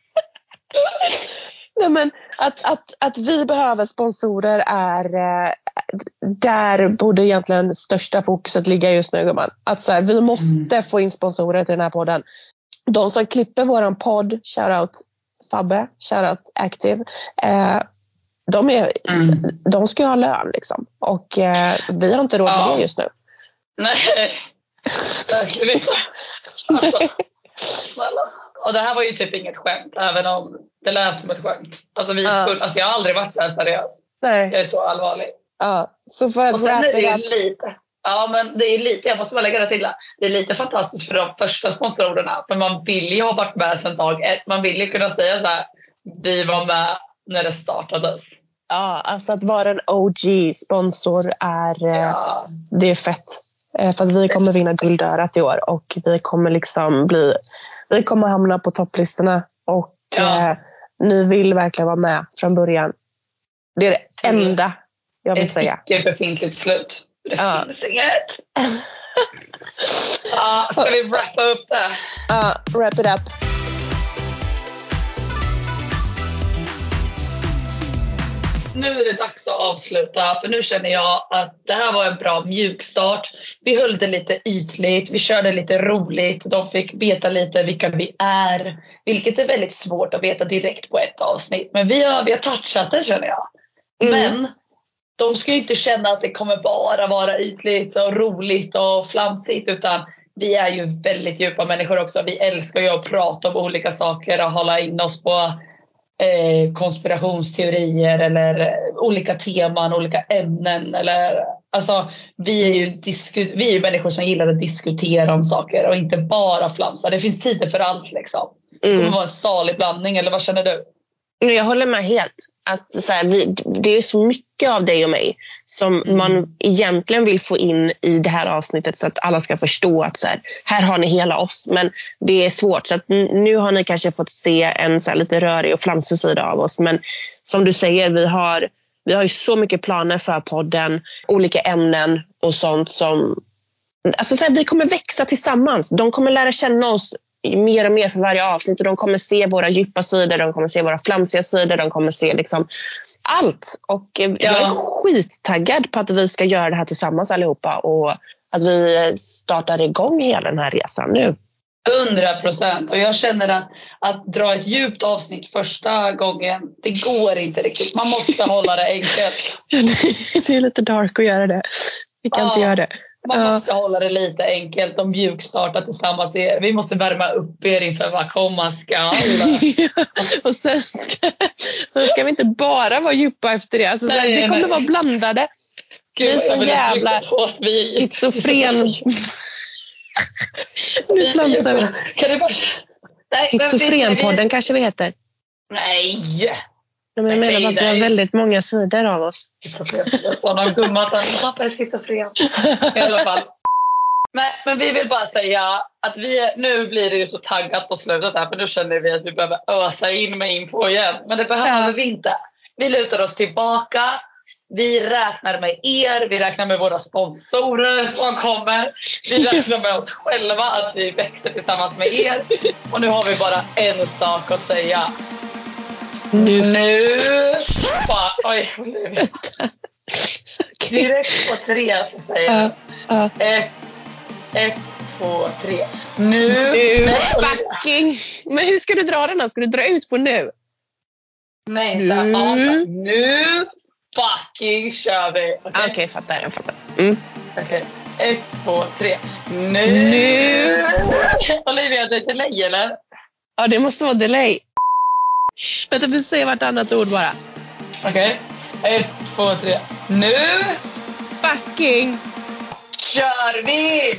F: Nej, men att, att, att vi behöver sponsorer är... Där borde egentligen största fokuset ligga just nu, gumman. Att så här, vi måste mm. få in sponsorer till den här podden. De som klipper våran podd, shoutout Fabbe, shoutout Active, eh, de, är, mm. de ska ha lön liksom. Och eh, vi har inte råd med ja. det just nu.
G: Nej, verkligen inte. Alltså, och det här var ju typ inget skämt, även om det lät som ett skämt. Alltså, vi är full, alltså jag har aldrig varit så här seriös. Nej. Jag är så allvarlig.
F: Ja, så för att
G: och sen är det ju lite. Ja, men det är lite, jag måste bara lägga det till. Det är lite fantastiskt för de första sponsorerna. För man vill ju ha varit med sedan dag ett. Man vill ju kunna säga så här: vi var med när det startades.
F: Ja, alltså att vara en O G-sponsor är, ja. det är fett. För att vi kommer vinna guldörat i år. Och vi kommer liksom bli, vi kommer hamna på topplistorna. Och ja. eh, ni vill verkligen vara med från början. Det är det enda jag vill
G: Ett
F: säga.
G: Ett icke befintligt slut. Det ja. finns inget. Ja, ska vi wrappa upp det?
F: Ja, wrap it up.
G: Nu är det dags att avsluta, för nu känner jag att det här var en bra mjukstart. Vi höll det lite ytligt, vi körde lite roligt. De fick veta lite vilka vi är, vilket är väldigt svårt att veta direkt på ett avsnitt. Men vi har, vi har touchat det, känner jag. Mm. Men de ska ju inte känna att det kommer bara vara ytligt och roligt och flamsigt, utan vi är ju väldigt djupa människor också. Vi älskar ju att prata om olika saker och hålla in oss på eh, konspirationsteorier eller olika teman, olika ämnen. Eller, alltså, vi är ju disku- vi är ju människor som gillar att diskutera om saker och inte bara flamsa. Det finns tider för allt liksom. Mm. Det kommer vara en salig blandning, eller vad känner du?
F: Jag håller med helt. Att, så här, vi, det är så mycket av dig och mig som mm. man egentligen vill få in i det här avsnittet så att alla ska förstå att så här, här har ni hela oss. Men det är svårt, så att nu har ni kanske fått se en så här, lite rörig och flamsig sida av oss. Men som du säger, vi har, vi har ju så mycket planer för podden, olika ämnen och sånt som... Alltså, så här, vi kommer växa tillsammans. De kommer lära känna oss mer och mer för varje avsnitt, och de kommer se våra djupa sidor, de kommer se våra flamsiga sidor, de kommer se liksom allt. Och ja. jag är skittaggad på att vi ska göra det här tillsammans allihopa, och att vi startar igång hela den här resan nu.
G: hundra procent. Och jag känner att att dra ett djupt avsnitt första gången, det går inte riktigt. Man måste hålla det enkelt.
F: Det är lite dark att göra det. Vi kan ja. inte göra det.
G: Man måste uh. hålla det lite enkelt och mjukstarta tillsammans. Vi måste värma upp er inför vad komma skall.
F: Ja, och sen ska, sen ska vi inte bara vara djupa efter det. Alltså, nej, det kommer nej. vara blandade.
G: Gud, vi är så jävla
F: schizofren. Nu flamsar vi.
G: Kan du bara...
F: Schizofrenpodden vi... kanske vi heter.
G: Nej!
F: Men jag menar bara att vi har väldigt många sidor av oss.
G: Jag sa någon gumma som pappa är schizofren. I alla fall. Nej, men vi vill bara säga att vi, nu blir det ju så taggat på slutet här, för nu känner vi att vi behöver ösa in med info igen. Men det behöver ja. vi inte. Vi lutar oss tillbaka. Vi räknar med er. Vi räknar med våra sponsorer som kommer. Vi räknar med oss själva att vi växer tillsammans med er. Och nu har vi bara en sak att säga. Nu, nu. Fan, oj, nu. Direkt på tre så säger jag. Uh, uh. Ett, ett, två, tre. Nu.
F: Nu. Fucking. Men hur ska du dra den här? Ska du dra ut på nu?
G: Nej, nu. Så här, ja, så, nu. Fucking kör vi.
F: Okej, okay? okay, fattar jag. Fattar. Mm.
G: Okej, okay. Ett, två, tre. Nu.
F: Nu.
G: Olivia, det är delay eller?
F: Ja, det måste vara delay. Vänta, vi säger vartannat ord bara.
G: Okej. Okay. Ett, två, tre. Nu.
F: Fucking.
G: Kör vi!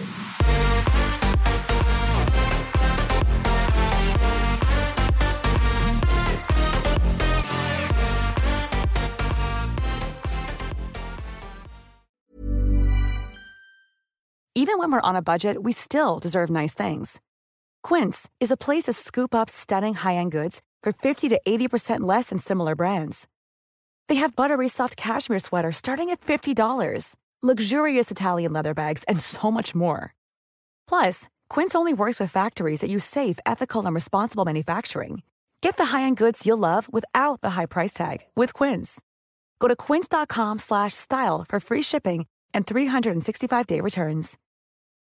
K: Even when we're on a budget, we still deserve nice things. Quince is a place to scoop up stunning high-end goods for fifty to eighty percent less than similar brands. They have buttery soft cashmere sweaters starting at fifty dollars, luxurious Italian leather bags, and so much more. Plus, Quince only works with factories that use safe, ethical, and responsible manufacturing. Get the high-end goods you'll love without the high price tag with Quince. Go to quince.com slash style for free shipping and three sixty-five day returns.